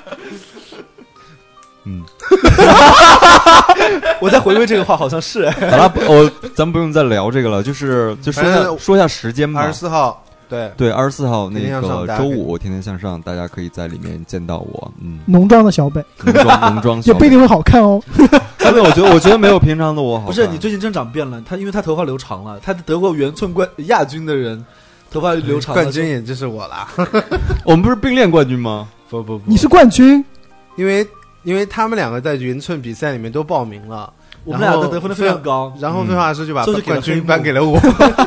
我在回味这个话，好像是。 好了，咱们不用再聊这个了，就说一下时间吧。 24号，对 ，24号那个周五，天天向上，大家可以在里面见到我。 浓妆的小北， 浓妆也不一定会好看哦。 因为我觉得没有平常的我好看。 不是，你最近真长变了。因为他头发留长了，他得过圆寸亚军的人，头发留长了。 冠军也就是我啦。 我们不是并列冠军吗？ 不， 你是冠军， 因为他们两个在圆寸比赛里面都报名了， 我们两个得分非常高， 然后废话师就把冠军颁给了我。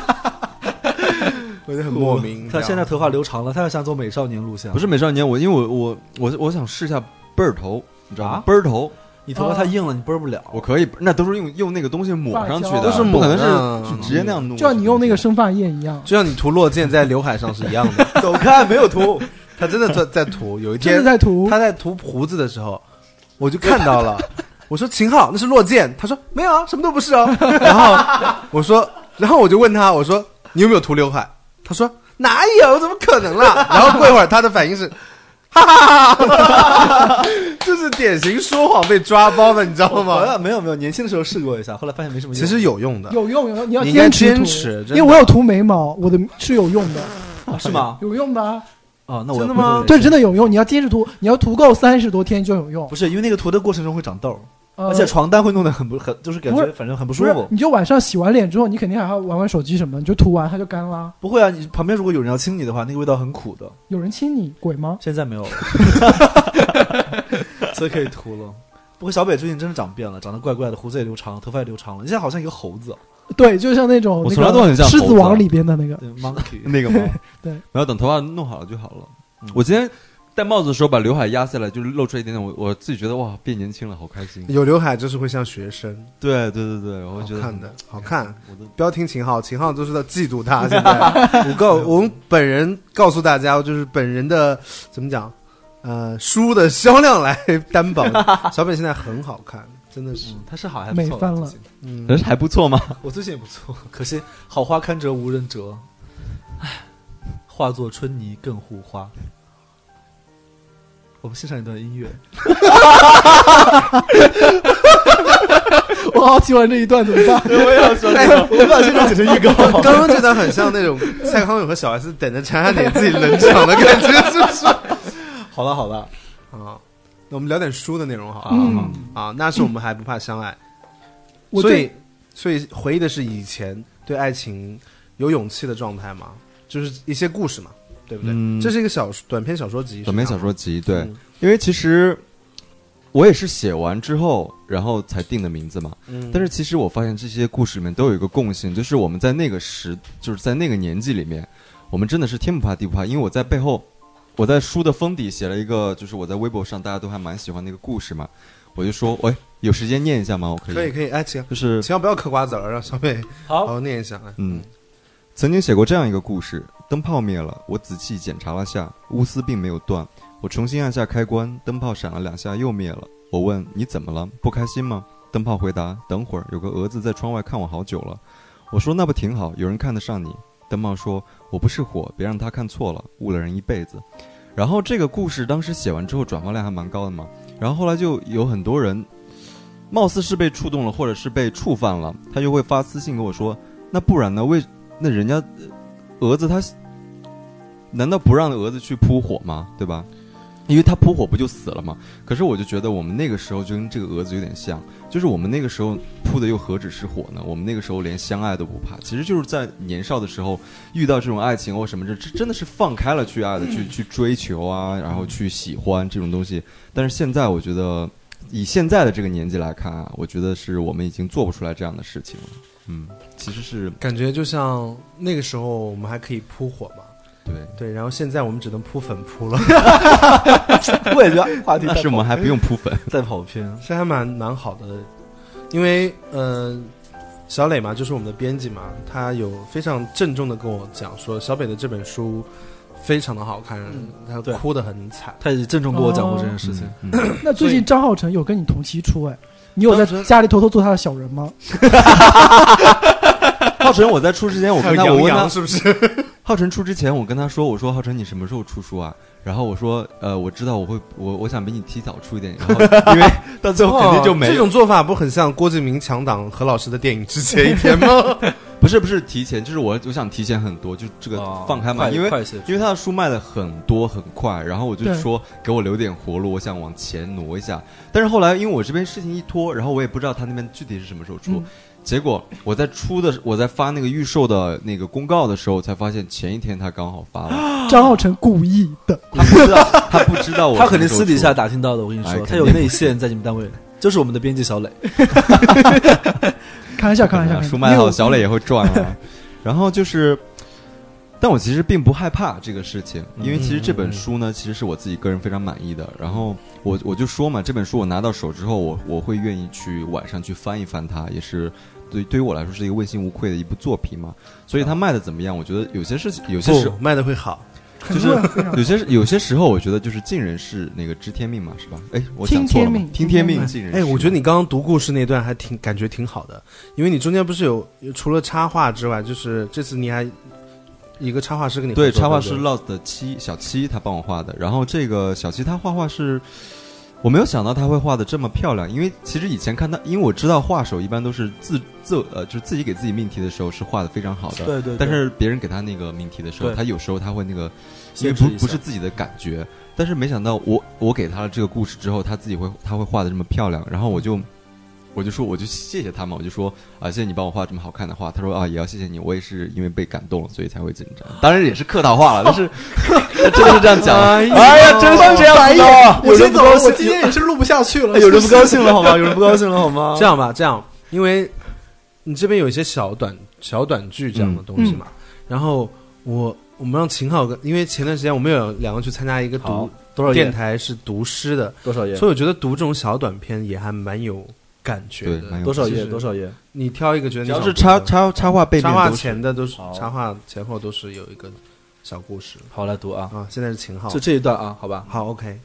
我就很莫名。 他现在头发留长了，他要想走美少年路线。 不是美少年，因为我想试一下倍儿头，你知道吗？倍儿头， 你头发太硬了，你倍儿不了。 我可以，那都是用那个东西抹上去的， 都是不可能是直接那样弄。 就像你用那个生发液一样， 就像你涂落剑在刘海上是一样的。 走开，没有涂， 他真的在涂。有一天真的在涂， 他在涂胡子的时候，我就看到了。我说秦昊，那是落剑。他说没有啊，什么都不是啊。然后我就问他，我说你有没有涂刘海？他说哪有，怎么可能啦？然后过一会儿他的反应是，哈哈哈，这是典型说谎被抓包的，你知道吗？ 没有，年轻的时候试过一下，后来发现没什么用。 其实有用的， 有用，你要坚持，因为我有涂眉毛，我的是有用的， 是吗？ 有用的啊。 哦，那我真的吗？ 对，真的有用。你要坚持涂，你要涂够30多天就有用。 不是，因为那个涂的过程中会长痘。而且床单会弄得很就是感觉反正很不舒服。 你就晚上洗完脸之后，你肯定还要玩手机什么，你就涂完它就干了。 不会啊，你旁边如果有人要亲你的话，那个味道很苦的。 有人亲你，鬼吗？ 现在没有了，所以可以涂了。不过小北最近真的长变了，长得怪怪的，胡子也留长，头发也留长了。你现在好像一个猴子。 对，就像那种我从来都很像狮子王里边的那个 monkey 那个吗？ 对， 然后等头发弄好了就好了。我今天戴帽子的时候把刘海压下来，就是露出来一点点，我自己觉得哇，变年轻了，好开心。 有刘海就是会像学生。 对，我觉得好看的，好看。不要听秦昊就是在嫉妒他。现在我们本人告诉大家，就是本人的怎么讲，书的销量来担保。小北现在很好看，真的是， 他是好还不错， 美翻了。 可是还不错吗？ 我最近也不错，可惜好花堪折无人折。唉，化作春泥更护花。我们欣赏一段音乐。 我好喜欢这一段，怎么办？ 我也要说，我把这段写成预告。 刚刚这段很像那种蔡康永和小 S 等着陈汉典自己冷场的感觉，是不是？ 好了啊，那我们聊点书的内容好了。 那是我们还不怕相爱。所以回忆的是以前对爱情有勇气的状态嘛，就是一些故事嘛。对不对？这是一个短篇小说集。 短篇小说集，对，因为其实我也是写完之后，然后才定的名字嘛。但是其实我发现这些故事里面都有一个共性，就是我们在那个就是在那个年纪里面，我们真的是天不怕地不怕。因为我在背后，我在书的封底写了一个，就是我在微博上大家都还蛮喜欢那个故事嘛。我就说，喂，有时间念一下吗？我可以， 哎，请就是千万不要嗑瓜子了，让小北好好念一下。 曾经写过这样一个故事：灯泡灭了，我仔细检查了下，钨丝并没有断。我重新按下开关，灯泡闪了2下又灭了。我问你怎么了？不开心吗？灯泡回答：等会儿有个蛾子在窗外看我好久了。我说那不挺好，有人看得上你。灯泡说：我不是火，别让他看错了，误了人一辈子。然后这个故事当时写完之后转发量还蛮高的嘛，然后后来就有很多人貌似是被触动了，或者是被触犯了，他就会发私信跟我说，那不然呢？那人家蛾子他难道不让蛾子去扑火吗？对吧？因为他扑火不就死了吗？可是我就觉得我们那个时候就跟这个蛾子有点像，就是我们那个时候扑的又何止是火呢？我们那个时候连相爱都不怕，其实就是在年少的时候遇到这种爱情或什么，这真的是放开了去爱的，去追求啊，然后去喜欢这种东西。但是现在我觉得以现在的这个年纪来看啊，我觉得是我们已经做不出来这样的事情了。其实是感觉就像那个时候我们还可以扑火嘛，对，然后现在我们只能扑粉扑了。 我也觉得话题， 但是我们还不用扑粉， 再跑偏， 这还蛮好的。因为小磊嘛，就是我们的编辑嘛，他有非常郑重的跟我讲说，小北的这本书非常的好看，他哭得很惨， 他也郑重跟我讲过这件事情。 那最近张浩晨有跟你同期出你有在家里偷偷做他的小人吗？ 浩晨，我在出之前，我跟他，我问他是不是？ 浩晨出之前，我跟他说，我说浩晨，你什么时候出书啊？然后我说，我知道我想比你提早出一点，然后因为到最后肯定就没有。 这种做法不很像郭敬明强档何老师的电影之前一天吗？ 不是提前，就是我想提前很多，就这个放开嘛，因为他的书卖的很多很快，然后我就说给我留点活路，我想往前挪一下。但是后来因为我这边事情一拖，然后我也不知道他那边具体是什么时候出。结果我在发那个预售的那个公告的时候，才发现前一天他刚好发了。 张浩晨故意的， 他不知道我， 他肯定私底下打听到的。我跟你说，他有内线在你们单位，就是我们的编辑小磊。 开玩笑， 书卖好，小磊也会赚啊。然后就是，但我其实并不害怕这个事情，因为其实这本书呢，其实是我自己个人非常满意的。然后我就说嘛，这本书我拿到手之后，我会愿意去晚上去翻一翻它，也是对于我来说是一个问心无愧的一部作品嘛。所以它卖的怎么样？我觉得有些事情，有些时候卖的会好。 就是有些时候，我觉得就是尽人事那个知天命嘛，是吧？哎，我讲错了吗？听天命，尽人事。 哎，我觉得你刚刚读故事那段还感觉挺好的，因为你中间不是有除了插画之外，就是这次你还一个插画师跟你合作。 对，插画师 Lost 的小七他帮我画的，然后这个小七他画画是。我没有想到他会画的这么漂亮，因为其实以前看他，因为我知道画手一般都是就是自己给自己命题的时候是画的非常好的，对。但是别人给他那个命题的时候，他有时候他会那个，因为不是自己的感觉。但是没想到我给他了这个故事之后，他会画的这么漂亮，然后我就谢谢他嘛，我就说谢谢你帮我画这么好看的画。他说也要谢谢你，我也是因为被感动了，所以才会紧张。当然也是客套话了，但是真的是这样讲。哎呀，真是这样子的。 我先走了，我今天也是录不下去了。 有人不高兴了好吗？有人不高兴了好吗？ 这样吧，因为你这边有一些小短剧这样的东西嘛，然后我们让秦昊因为前段时间我们有2个去参加一个多少页电台是读诗的， 多少页？ 所以我觉得读这种小短片也还蛮有感觉的。 对，蛮有多少页？ 就是多少页？ 你挑一个觉得你只要是想读的插画背面插画都是前的都是好插画前后都是有一个小故事好，来读啊， 啊。现在是秦昊， 就这一段啊，好吧。 好 OK。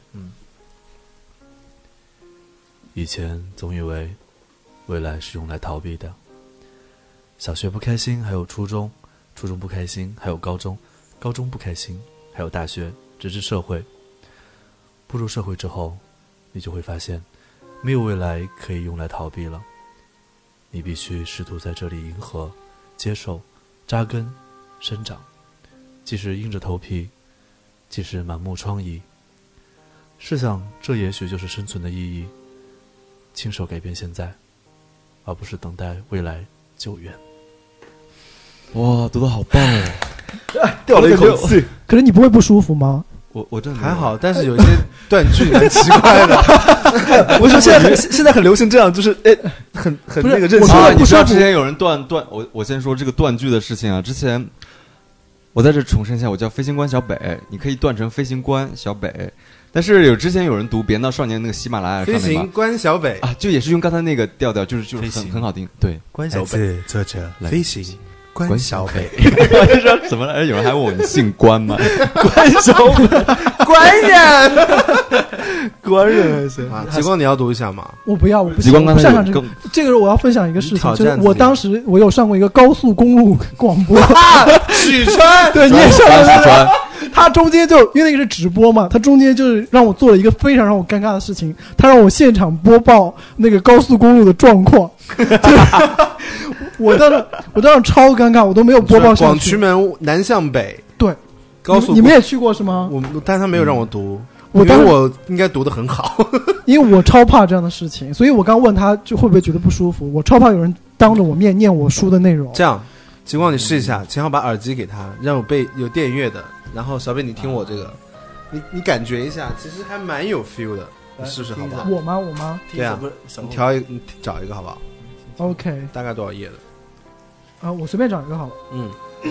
以前总以为未来是用来逃避的，小学不开心还有初中，初中不开心还有高中，高中不开心还有大学，直至社会。步入社会之后，你就会发现没有未来可以用来逃避了，你必须试图在这里迎合、接受、扎根、生长，即使硬着头皮，即使满目疮痍。试想，这也许就是生存的意义，亲手改变现在，而不是等待未来救援。哇，读得好棒哦！掉了一口气。 可是你不会不舒服吗？ 我真的没有还好，但是有一些断句蛮奇怪的。 我说现在很流行这样，就是很不是那个任性我说啊！ 的不舒服你知道之前有人断，我先说这个断句的事情啊。之前我在这重申一下，我叫飞行官小北，你可以断成飞行官小北。但是之前有人读《别闹少年》那个喜马拉雅上面飞行关小北， 啊，就也是用刚才那个调调，就是飞行很好听。对， 关小北， 作者来飞行关小北， 我就说怎么了？有人还问我你姓关吗？ 关小北， 官人官人还行。 啊。极光你要读一下吗？ 我不要，我不极光刚不想想这个才有更。 这个是我要分享一个事情， 挑战自己就是我当时我有上过一个高速公路广播， 许川， 对，你也上过四川， 他中间就因为那个是直播嘛，他中间就是让我做了一个非常让我尴尬的事情，他让我现场播报那个高速公路的状况，我当时超尴尬，我都没有播报上去。 广渠门南向北， 对， 高速你们也去过是吗？ 但他没有让我读， 我当时因为我应该读得很好。 因为我超怕这样的事情，所以我刚问他就会不会觉得不舒服，我超怕有人当着我面念我书的内容。 这样，极光你试一下，秦昊把耳机给他，让我有电乐的，然后小北你听我这个，你感觉一下，其实还蛮有 feel 的，你试试好不好？ 我吗？ 对啊不是小你你找一个好不好？ ？OK， 大概多少页的？ 我随便找一个好了。 嗯，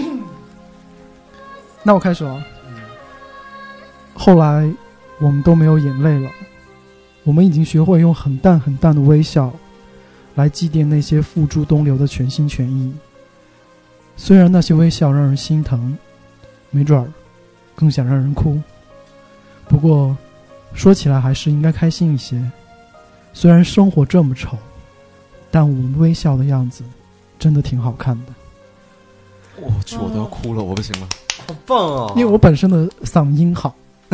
那我开始了。后来我们都没有眼泪了，我们已经学会用很淡很淡的微笑来祭奠那些付诸东流的全心全意。虽然那些微笑让人心疼，没准儿更想让人哭，不过说起来还是应该开心一些。虽然生活这么丑，但我们微笑的样子真的挺好看的。 我去，我都要哭了，我不行了。 好棒哦！ 因为我本身的嗓音好。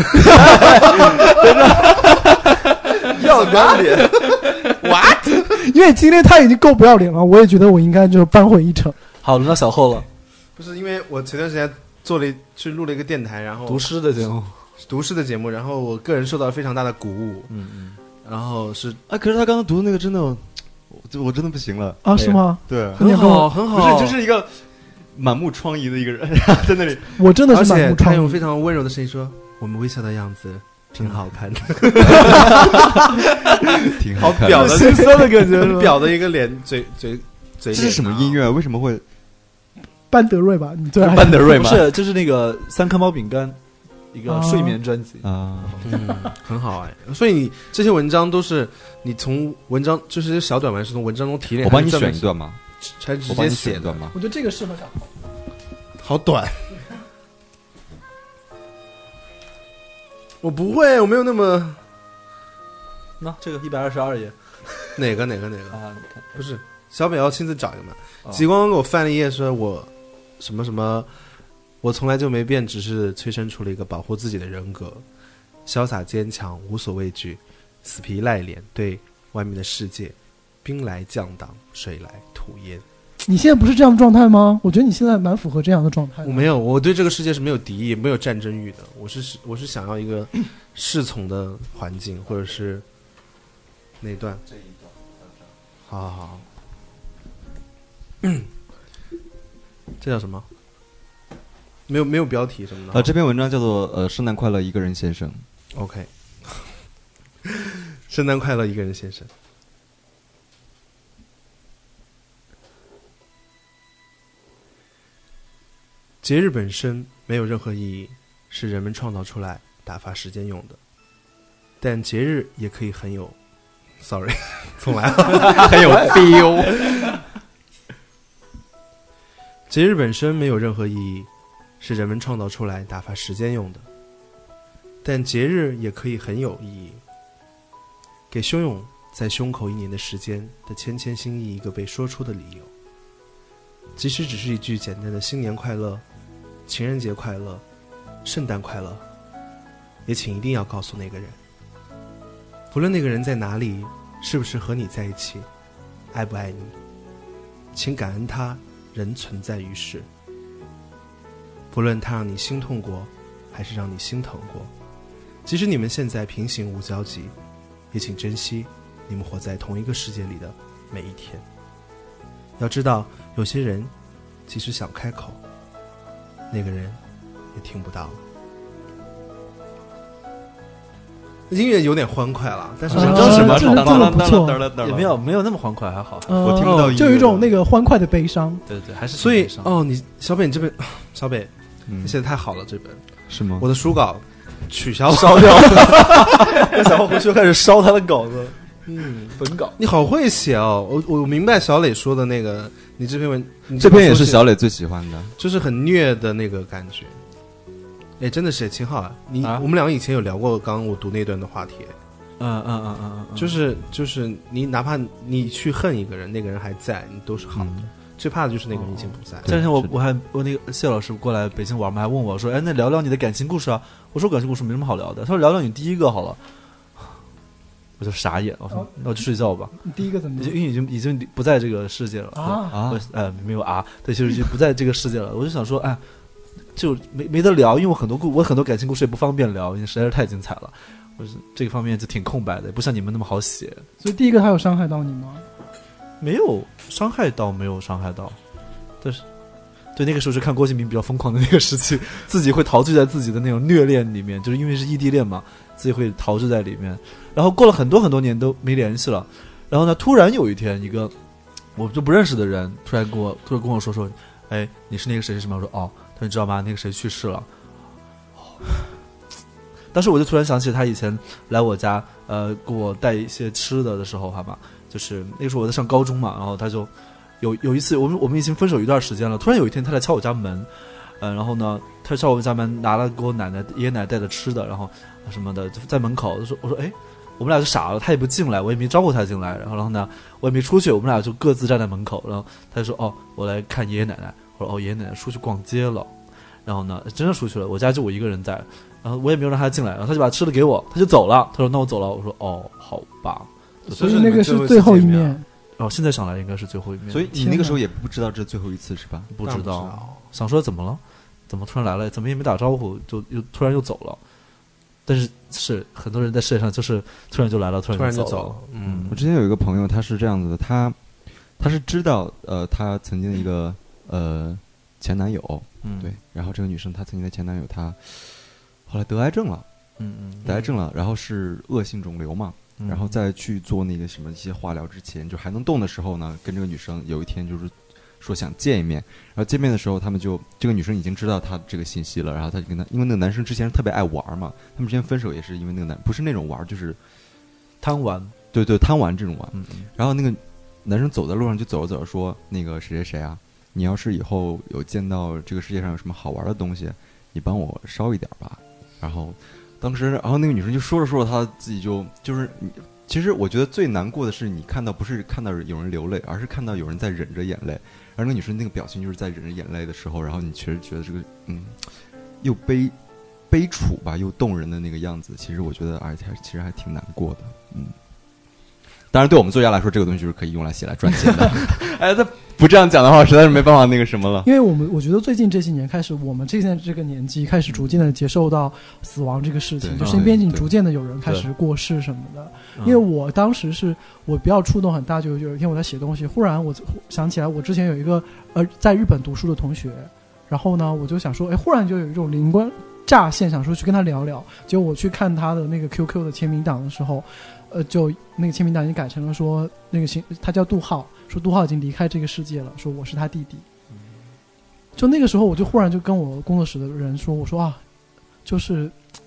要脸脸， 因为今天他已经够不要脸了，我也觉得我应该就扳回一城。 好，轮到小后了， 不是因为我前段时间去录了一个电台，然后读诗的节目。 读诗的节目，然后我个人受到了非常大的鼓舞，然后是啊，可是他刚刚读的那个真的，我真的不行了啊？是吗？ 对， 很好很好， 不是，就是一个满目疮痍的一个人在那里。 我真的是而且他满目疮痍。 用非常温柔的声音说：“我们微笑的样子挺好看的。” 挺好看的。 表的心酸的感觉是很吧？ 表的一个脸嘴这是什么音？乐？为什么会班德瑞吧，你最爱班德瑞吗？ 不是，就是那个三颗猫饼干，一个睡眠专辑。 啊， 很好哎。所以你这些文章都是你从文章就是小短文是从文章中提炼， 我帮你选一段吗？ 才直我帮你接写的， 选一段吗？ 我觉得这个适合讲。 好短。我不会，我没有那么那这个122页哪个啊，你看， 不是小北要亲自找一个嘛。 哦极光给我翻了一页，说我什么什么，我从来就没变，只是催生出了一个保护自己的人格，潇洒坚强，无所畏惧，死皮赖脸对外面的世界，兵来将挡，水来土掩。 你现在不是这样的状态吗？我觉得你现在蛮符合这样的状态的。 我没有，我对这个世界是没有敌意、没有战争欲的。我是想要一个侍从的环境，或者是那一段。这一段，好好好。这叫什么？没有标题什么的。 这篇文章叫做圣诞快乐一个人先生。 OK， 圣诞快乐一个人先生。节日本身没有任何意义，是人们创造出来打发时间用的。 但节日也可以很有 ，sorry， 重来， 很有 feel。 节日本身没有任何意义，是人们创造出来打发时间用的。但节日也可以很有意义，给汹涌在胸口1年的时间的千千心意一个被说出的理由。即使只是一句简单的新年快乐、情人节快乐、圣诞快乐，也请一定要告诉那个人，不论那个人在哪里，是不是和你在一起，爱不爱你，请感恩他仍存在于世。不论他让你心痛过，还是让你心疼过，即使你们现在平行无交集，也请珍惜你们活在同一个世界里的每一天。要知道，有些人即使想开口，那个人也听不到了。音乐有点欢快了，但是这这是什么？ 这个不错， 也没有那么欢快，还好。 我听不到音乐就有一种那个欢快的悲伤。 对，还是所以挺悲伤你小北，你这本小北，你写的太好了，这本是吗？ 我的书稿取消烧掉了，小浩回去就开始烧他的稿子，本稿。 你好会写哦！我明白小磊说的那个，你这篇文， 这篇也是小磊最喜欢的， 就是很虐的那个感觉。哎，真的是秦昊啊！我们两个以前有聊过刚刚我读那段的话题。就是你哪怕你去恨一个人，那个人还在，你都是好的。最怕的就是那个人已经不在。 但是我那个谢老师过来北京玩嘛，还问我说：“哎，那聊聊你的感情故事啊？”我说：“感情故事没什么好聊的。”他说：“聊聊你第一个好了。”我就傻眼了，我说：“那我去睡觉吧。” 你第一个怎么？ 因为已经不在这个世界了啊！ 没有啊，对，就是就不在这个世界了。我就想说，哎，就没得聊，因为我很多感情故事也不方便聊，因为实在是太精彩了。我这个方面就挺空白的，不像你们那么好写。 所以第一个他有伤害到你吗？ 没有伤害到，但是对那个时候是看郭敬明比较疯狂的那个时期，自己会陶醉在自己的那种虐恋里面，就是因为是异地恋嘛，自己会陶醉在里面。然后过了很多很多年都没联系了，然后呢，突然有一天一个我就不认识的人突然跟我说，哎，你是那个谁是吗？我说哦，他说你知道吗？那个谁去世了。当时我就突然想起他以前来我家，给我带一些吃的时候，好吧，就是那个时候我在上高中嘛，然后他就有一次，我们已经分手一段时间了，突然有一天他来敲我家门，然后呢，他敲我家门，拿了给我爷爷奶奶带的吃的，然后什么的，在门口，我说，哎，我们俩就傻了，他也不进来，我也没招呼他进来，然后呢，我也没出去，我们俩就各自站在门口，然后他就说，哦，我来看爷爷奶奶，我说，哦，爷爷奶奶出去逛街了，然后呢，真的出去了，我家就我一个人在。然后我也没有让他进来，然后他就把吃的给我，他就走了。他说：“那我走了。”我说：“哦，好吧。” 所以那个是最后一面。 哦，现在想来应该是最后一面。 所以你那个时候也不知道这最后一次是吧？ 不知道。想说怎么了？怎么突然来了？怎么也没打招呼，就突然又走了。但是很多人在世界上就是突然就来了，突然就走了。 我之前有一个朋友，他是这样子的，他是知道他曾经的一个前男友，对，然后这个女生她曾经的前男友他。后来得癌症了，得癌症了，然后是恶性肿瘤嘛，然后再去做那个什么一些化疗之前，就还能动的时候呢，跟这个女生有一天就是说想见一面，然后见面的时候，他们就这个女生已经知道他这个信息了，然后他就跟他，因为那个男生之前特别爱玩嘛，他们之前分手也是因为那个不是那种玩，就是贪玩， 对，贪玩这种玩，然后那个男生走在路上就走着走着说，那个谁谁谁啊，你要是以后有见到这个世界上有什么好玩的东西，你帮我捎一点吧。然后当时然后那个女生就说着她自己就是其实我觉得最难过的是你不是看到有人流泪，而是看到有人在忍着眼泪，而那个女生那个表情就是在忍着眼泪的时候，然后你确实觉得这个又悲楚吧又动人的那个样子，其实我觉得其实还挺难过的。当然对我们作家来说这个东西就是可以用来写来赚钱的哎，他不这样讲的话实在是没办法那个什么了。 因为我觉得最近这几年开始，我们这个年纪开始逐渐的接受到死亡这个事情，就身边逐渐的有人开始过世什么的。因为我当时是我比较触动很大，就有一天我在写东西，忽然我想起来我之前有一个在日本读书的同学，然后呢我就想说，忽然就有一种灵光乍现，想说去跟他聊聊。结果我去看他的那个 QQ 的签名档的时候，就那个签名档已经改成了说那个他叫杜浩，说杜浩已经离开这个世界了，说我是他弟弟。就那个时候我就忽然就跟我工作室的人说，我说啊，就是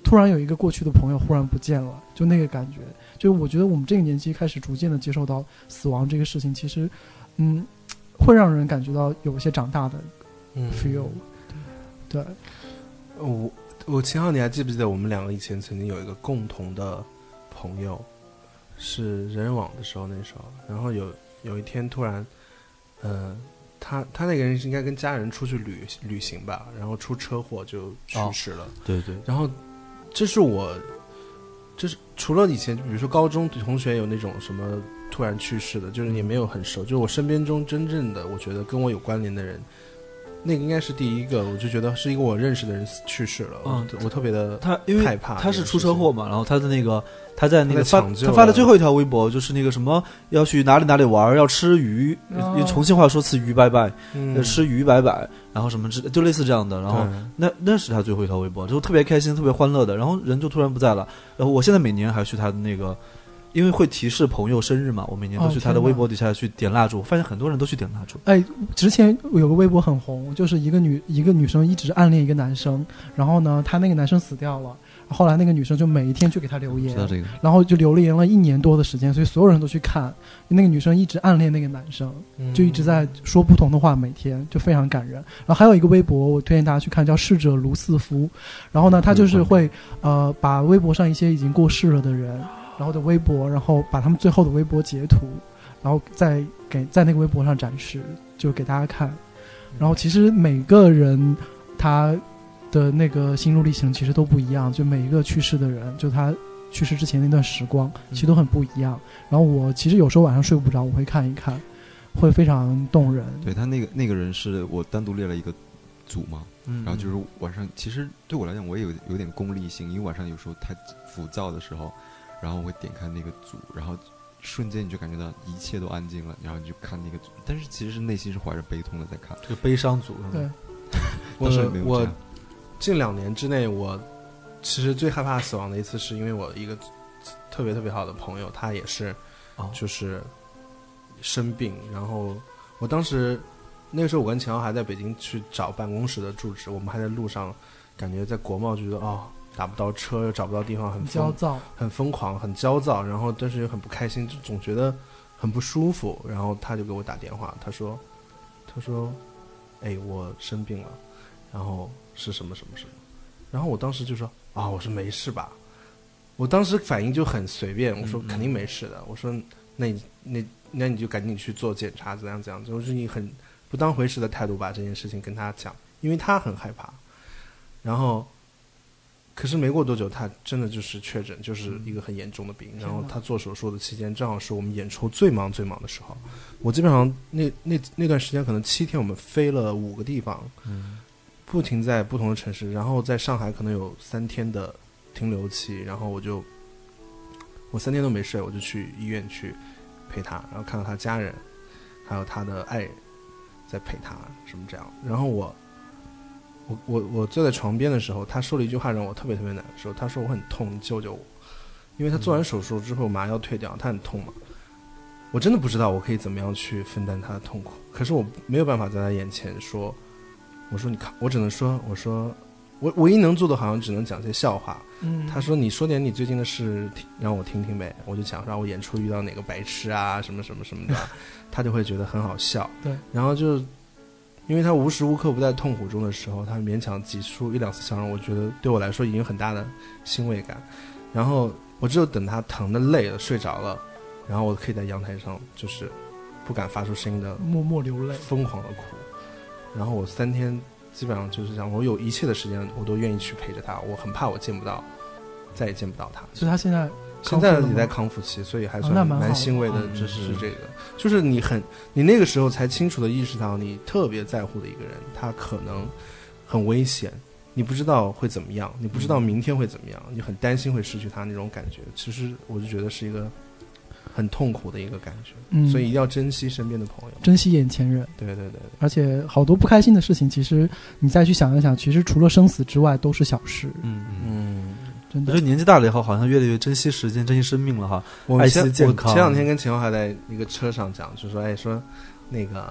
突然有一个过去的朋友忽然不见了，就那个感觉，就我觉得我们这个年纪开始逐渐的接受到死亡这个事情，其实会让人感觉到有一些长大的 feel。对， 我秦昊，你还记不记得我们两个以前曾经有一个共同的朋友，是人人网的时候，那时候，然后有一天突然，他那个人应该跟家人出去旅行吧，然后出车祸就去世了。 对对。 然后这是除了以前比如说高中同学有那种什么突然去世的，就是也没有很熟，就是我身边中真正的我觉得跟我有关联的人，那个应该是第一个，我就觉得是一个我认识的人去世了，我特别的害怕。 他是出车祸嘛，然后他在那个他他发的最后一条微博就是那个什么要去哪里玩，要吃鱼，用重庆话说吃鱼拜拜，吃鱼拜拜，然后什么就类似这样的，然后那是他最后一条微博，就特别开心特别欢乐的，然后人就突然不在了，然后我现在每年还去他的那个。因为会提示朋友生日嘛，我每年都去他的微博底下去点蜡烛，发现很多人都去点蜡烛。 哎，之前有个微博很红，就是一个女生一直暗恋一个男生，然后呢，他那个男生死掉了，后来那个女生就每一天去给他留言，然后就留言了1年多的时间，所以所有人都去看。那个女生一直暗恋那个男生，就一直在说不同的话，每天就非常感人。然后还有一个微博，我推荐大家去看，叫逝者卢斯夫。然后呢，他就是会把微博上一些已经过世了的人。然后的微博，然后把他们最后的微博截图，然后在那个微博上展示，就给大家看。然后其实每个人他的那个心路历程其实都不一样，就每一个去世的人，就他去世之前那段时光，其实都很不一样。然后我其实有时候晚上睡不着，我会看一看，会非常动人。 对，他那个人是我单独列了一个组嘛，然后就是晚上，其实对我来讲我也有点功利性，因为晚上有时候太浮躁的时候。然后我会点开那个组，然后瞬间你就感觉到一切都安静了，然后你就看那个组，但是其实内心是怀着悲痛的在看， 这个悲伤组。 对， 我近2年之内，我其实最害怕死亡的一次，是因为我一个特别特别好的朋友，他也是就是生病，然后我当时那个时候我跟秦昊还在北京去找办公室的住址，我们还在路上，感觉在国贸觉得打不到车，又找不到地方，很焦躁， 很疯狂，很焦躁，然后但是又很不开心，就总觉得很不舒服。然后他就给我打电话，他说，哎，我生病了，然后是什么什么什么，然后我当时就说我说没事吧，我当时反应就很随便，我说肯定没事的，我说那你就赶紧去做检查，怎样怎样，就是你很不当回事的态度把这件事情跟他讲，因为他很害怕，然后。可是没过多久，他真的就是确诊，就是一个很严重的病。然后他做手术的期间，正好是我们演出最忙的时候。我基本上那段时间，可能7天，我们飞了5个地方，不停在不同的城市。然后在上海可能有3天的停留期，然后我3天都没睡，我就去医院去陪他，然后看到他家人，还有他的爱人在陪他，什么这样。然后我坐在床边的时候，他说了一句话让我特别特别难受。他说我很痛，你救救我。因为他做完手术之后麻药退掉，他很痛嘛。我真的不知道我可以怎么样去分担他的痛苦，可是我没有办法在他眼前说，我说你看，我只能说，我唯一能做的好像只能讲些笑话。他说你说点你最近的事让我听听呗，我就讲让我演出遇到哪个白痴啊什么什么什么的，他就会觉得很好笑。 对， 然后就。因为他无时无刻不在痛苦中的时候，他勉强挤出1-2次笑容，我觉得对我来说已经有很大的欣慰感。然后我只有等他疼的累了睡着了，然后我可以在阳台上就是不敢发出声音的默默流泪， 疯狂的哭。然后我3天基本上就是这样，我有一切的时间我都愿意去陪着他，我很怕我再也见不到他。 所以他现在也在康复期，所以还算蛮欣慰的。是这个，就是你那个时候才清楚的意识到，你特别在乎的一个人，他可能很危险，你不知道会怎么样，你不知道明天会怎么样，你很担心会失去他那种感觉。其实我就觉得是一个很痛苦的一个感觉，所以一定要珍惜身边的朋友， 珍惜眼前人。 对对对对， 而且好多不开心的事情，其实你再去想一想，其实除了生死之外都是小事。真的， 我觉得年纪大了以后，好像越来越珍惜时间、珍惜生命了哈。爱惜健康。 我前2天跟秦昊还在一个车上讲，就说说那个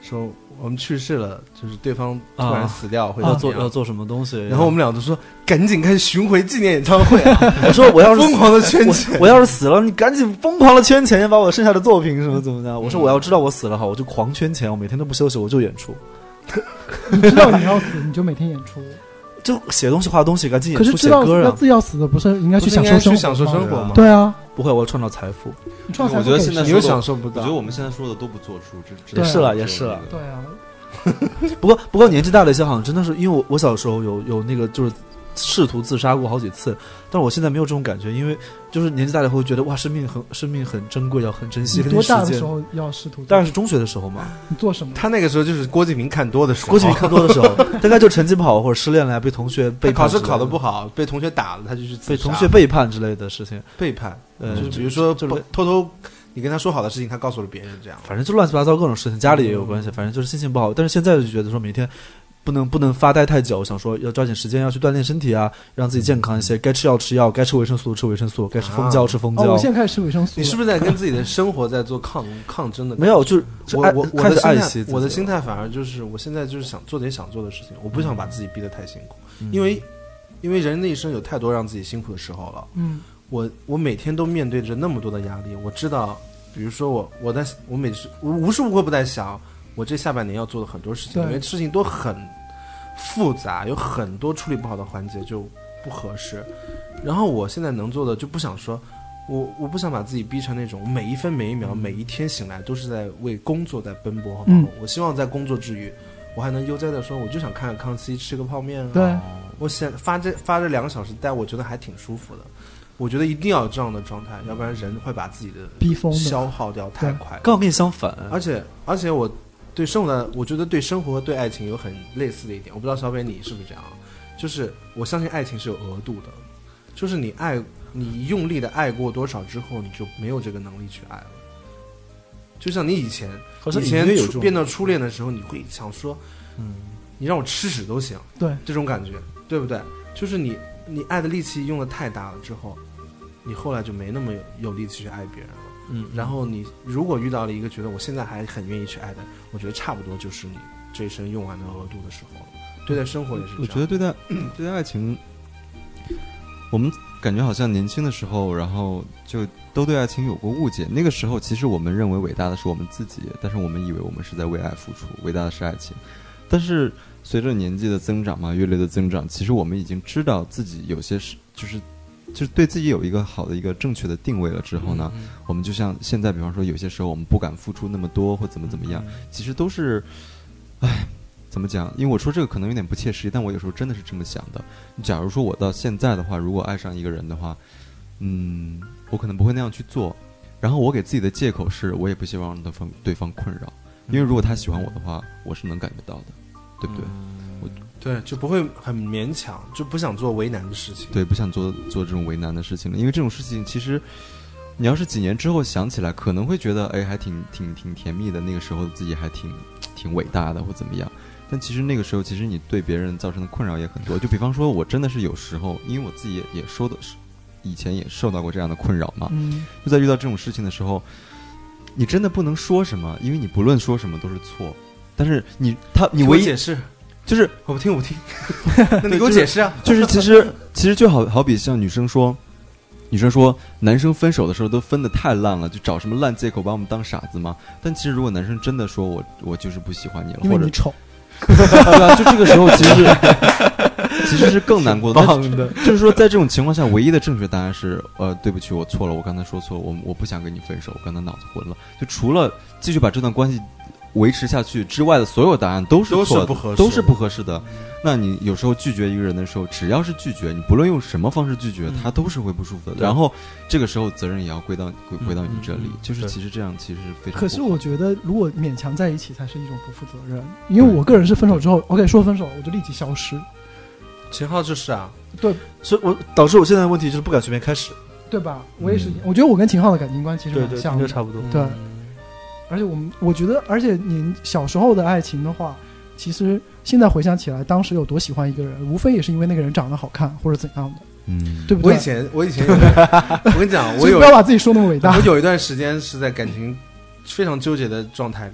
说我们去世了，就是对方突然死掉，会要怎么样做什么东西， 然后我们俩就说赶紧开始巡回纪念演唱会啊！ 我说我要是疯狂的圈钱， 我要是死了，你赶紧疯狂的圈钱，把我剩下的作品什么怎么样？我说我要知道我死了好，我就狂圈钱，我每天都不休息，我就演出。 你知道你要死，你就每天演出。 就写东西画东西，赶紧演可是出写歌啊！ 自要死的不是应该去享受生活吗？ 对啊， 不会，我要创造财富。 你创造财富， 我觉得现在你又享受不到。 我觉得我们现在说的都不作数， 也是了，也是了。 对啊。 不过年纪大了一些，好像真的是因为我小时候有那个就是试图自杀过好几次，但是我现在没有这种感觉，因为就是年纪大了以后觉得哇，生命很珍贵，要很珍惜。 你多大的时候要试图？ 当然是中学的时候嘛。 你做什么？ 他那个时候就是郭敬明看多的时候， 郭敬明看多的时候，大概就成绩不好或者失恋了，被同学背叛， 考试考得不好，被同学打了，他就去被同学背叛之类的事情。 背叛，就是比如说偷偷。你跟他说好的事情，他告诉了别人，这样， 反正就乱七八糟各种事情，家里也有关系，反正就是心情不好。但是现在就觉得说每天不能发呆太久，想说要抓紧时间要去锻炼身体啊，让自己健康一些。该吃药吃药，该吃维生素吃维生素，该吃蜂胶吃蜂胶。 我现在开始吃维生素。 你是不是在跟自己的生活在做抗争的？ 没有，就是开始爱惜。 我的心态反而就是我现在就是想做点想做的事情，我不想把自己逼得太辛苦，因为人的一生有太多让自己辛苦的时候了。我每天都面对着那么多的压力，我知道。比如说我无时无刻不在想，我这下半年要做的很多事情，因为事情都很复杂，有很多处理不好的环节就不合适。然后我现在能做的就不想说，我不想把自己逼成那种每一分每一秒、每一天醒来都是在为工作在奔波，好不好？我希望在工作之余，我还能悠哉的说，我就想看看康熙，吃个泡面啊。 对， 我想发这2个小时呆，我觉得还挺舒服的。我觉得一定要有这样的状态，要不然人会把自己的逼疯消耗掉太快。 刚好跟你相反， 而且我对生活我觉得对生活和对爱情有很类似的一点，我不知道小北你是不是这样，就是我相信爱情是有额度的，就是你用力的爱过多少之后，你就没有这个能力去爱了。就像你以前变到初恋的时候，你会想说，你让我吃屎都行， 对， 这种感觉，对不对？就是你爱的力气用的太大了之后，你后来就没那么有力气去爱别人了。然后你如果遇到了一个觉得我现在还很愿意去爱的，我觉得差不多就是你这一生用完的额度的时候了。对待生活也是这样。 我觉得对待爱情，我们感觉好像年轻的时候，然后就都对爱情有过误解。那个时候其实我们认为伟大的是我们自己，但是我们以为我们是在为爱付出，伟大的是爱情。但是随着年纪的增长嘛，阅历的增长，其实我们已经知道自己有些是就是对自己有一个好的一个正确的定位了之后呢，我们就像现在比方说有些时候我们不敢付出那么多或怎么样，其实都是怎么讲，因为我说这个可能有点不切实际，但我有时候真的是这么想的。假如说我到现在的话，如果爱上一个人的话，我可能不会那样去做，然后我给自己的借口是我也不希望让对方困扰，因为如果他喜欢我的话，我是能感觉到的，对不对？ 对，就不会很勉强，就不想做为难的事情。 对，不想做这种为难的事情了，因为这种事情其实，你要是几年之后想起来，可能会觉得还挺甜蜜的，那个时候自己还挺伟大的或怎么样。但其实那个时候，其实你对别人造成的困扰也很多。就比方说，我真的是有时候，因为我自己也以前也受到过这样的困扰嘛，就在遇到这种事情的时候，你真的不能说什么，因为你不论说什么都是错。但是你唯一解释。 就是我不听，那你给我解释啊！ 就是其实就好比像女生说，男生分手的时候都分得太烂了，就找什么烂借口把我们当傻子吗？但其实如果男生真的说我就是不喜欢你了， 因为你丑， 对啊，就这个时候其实是更难过的。就是说，在这种情况下，唯一的正确答案是对不起，我错了，我刚才说错了，我不想跟你分手，我刚才脑子混了。就除了继续把这段关系维持下去之外的所有答案都是错的，都是不合适的。那你有时候拒绝一个人的时候，只要是拒绝，你不论用什么方式拒绝，他都是会不舒服的。然后这个时候责任也要归到你这里。就是其实这样其实非常。 可是我觉得，如果勉强在一起才是一种不负责任。因为我个人是分手之后，OK 说分手我就立即消失。 秦昊就是啊， 对， 所以导致我现在的问题就是不敢随便开始， 对吧？我也是，我觉得我跟秦昊的感情观其实蛮像的， 差不多， 对。而且我觉得，而且你小时候的爱情的话，其实现在回想起来，当时有多喜欢一个人，无非也是因为那个人长得好看或者怎样的，对不对？ 我以前我跟你讲， 不要把自己说那么伟大。 我有一段时间是在感情非常纠结的状态里，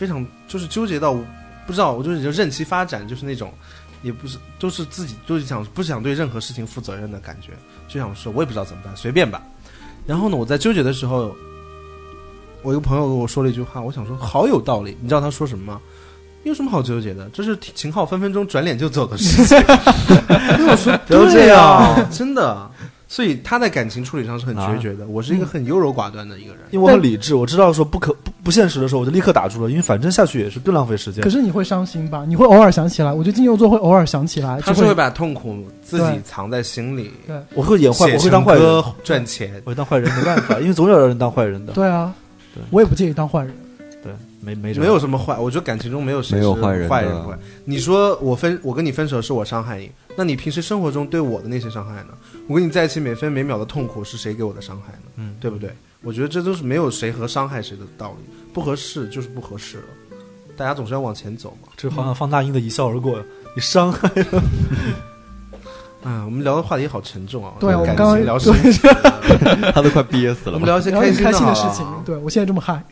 非常就是纠结到不知道，我就任其发展，就是那种也不是都是自己就是不想对任何事情负责任的感觉，就想说我也不知道怎么办，随便吧。然后呢，我在纠结的时候，我一个朋友跟我说了一句话，我想说好有道理。你知道他说什么吗？有什么好纠结的？这是秦昊分分钟转脸就走的事情。跟我说不要这样， 真的。所以他在感情处理上是很决绝的，我是一个很优柔寡断的一个人， 因为我很理智，我知道说不现实的时候，我就立刻打住了，因为反正下去也是更浪费时间。 可是你会伤心吧？你会偶尔想起来，我觉得金牛座会偶尔想起来， 他是会把痛苦自己藏在心里。 对， 我会演坏，我会当坏人赚钱， 我会当坏人，没办法，因为总有人当坏人的。 对啊， 对， 我也不介意当坏人。 对，没有什么坏，我觉得感情中没有谁是坏人。你说我跟你分手是我伤害你，那你平时生活中对我的那些伤害呢？我跟你在一起每分每秒的痛苦是谁给我的伤害呢？对不对？我觉得这都是没有谁和伤害谁的道理，不合适就是不合适了，大家总是要往前走嘛。 这好像放大音的一笑而过，你伤害了。 我们聊的话题好沉重啊！ 对，我们刚刚聊什么？ 他都快憋死了。 我们聊一些开心的事情。对，我现在这么嗨。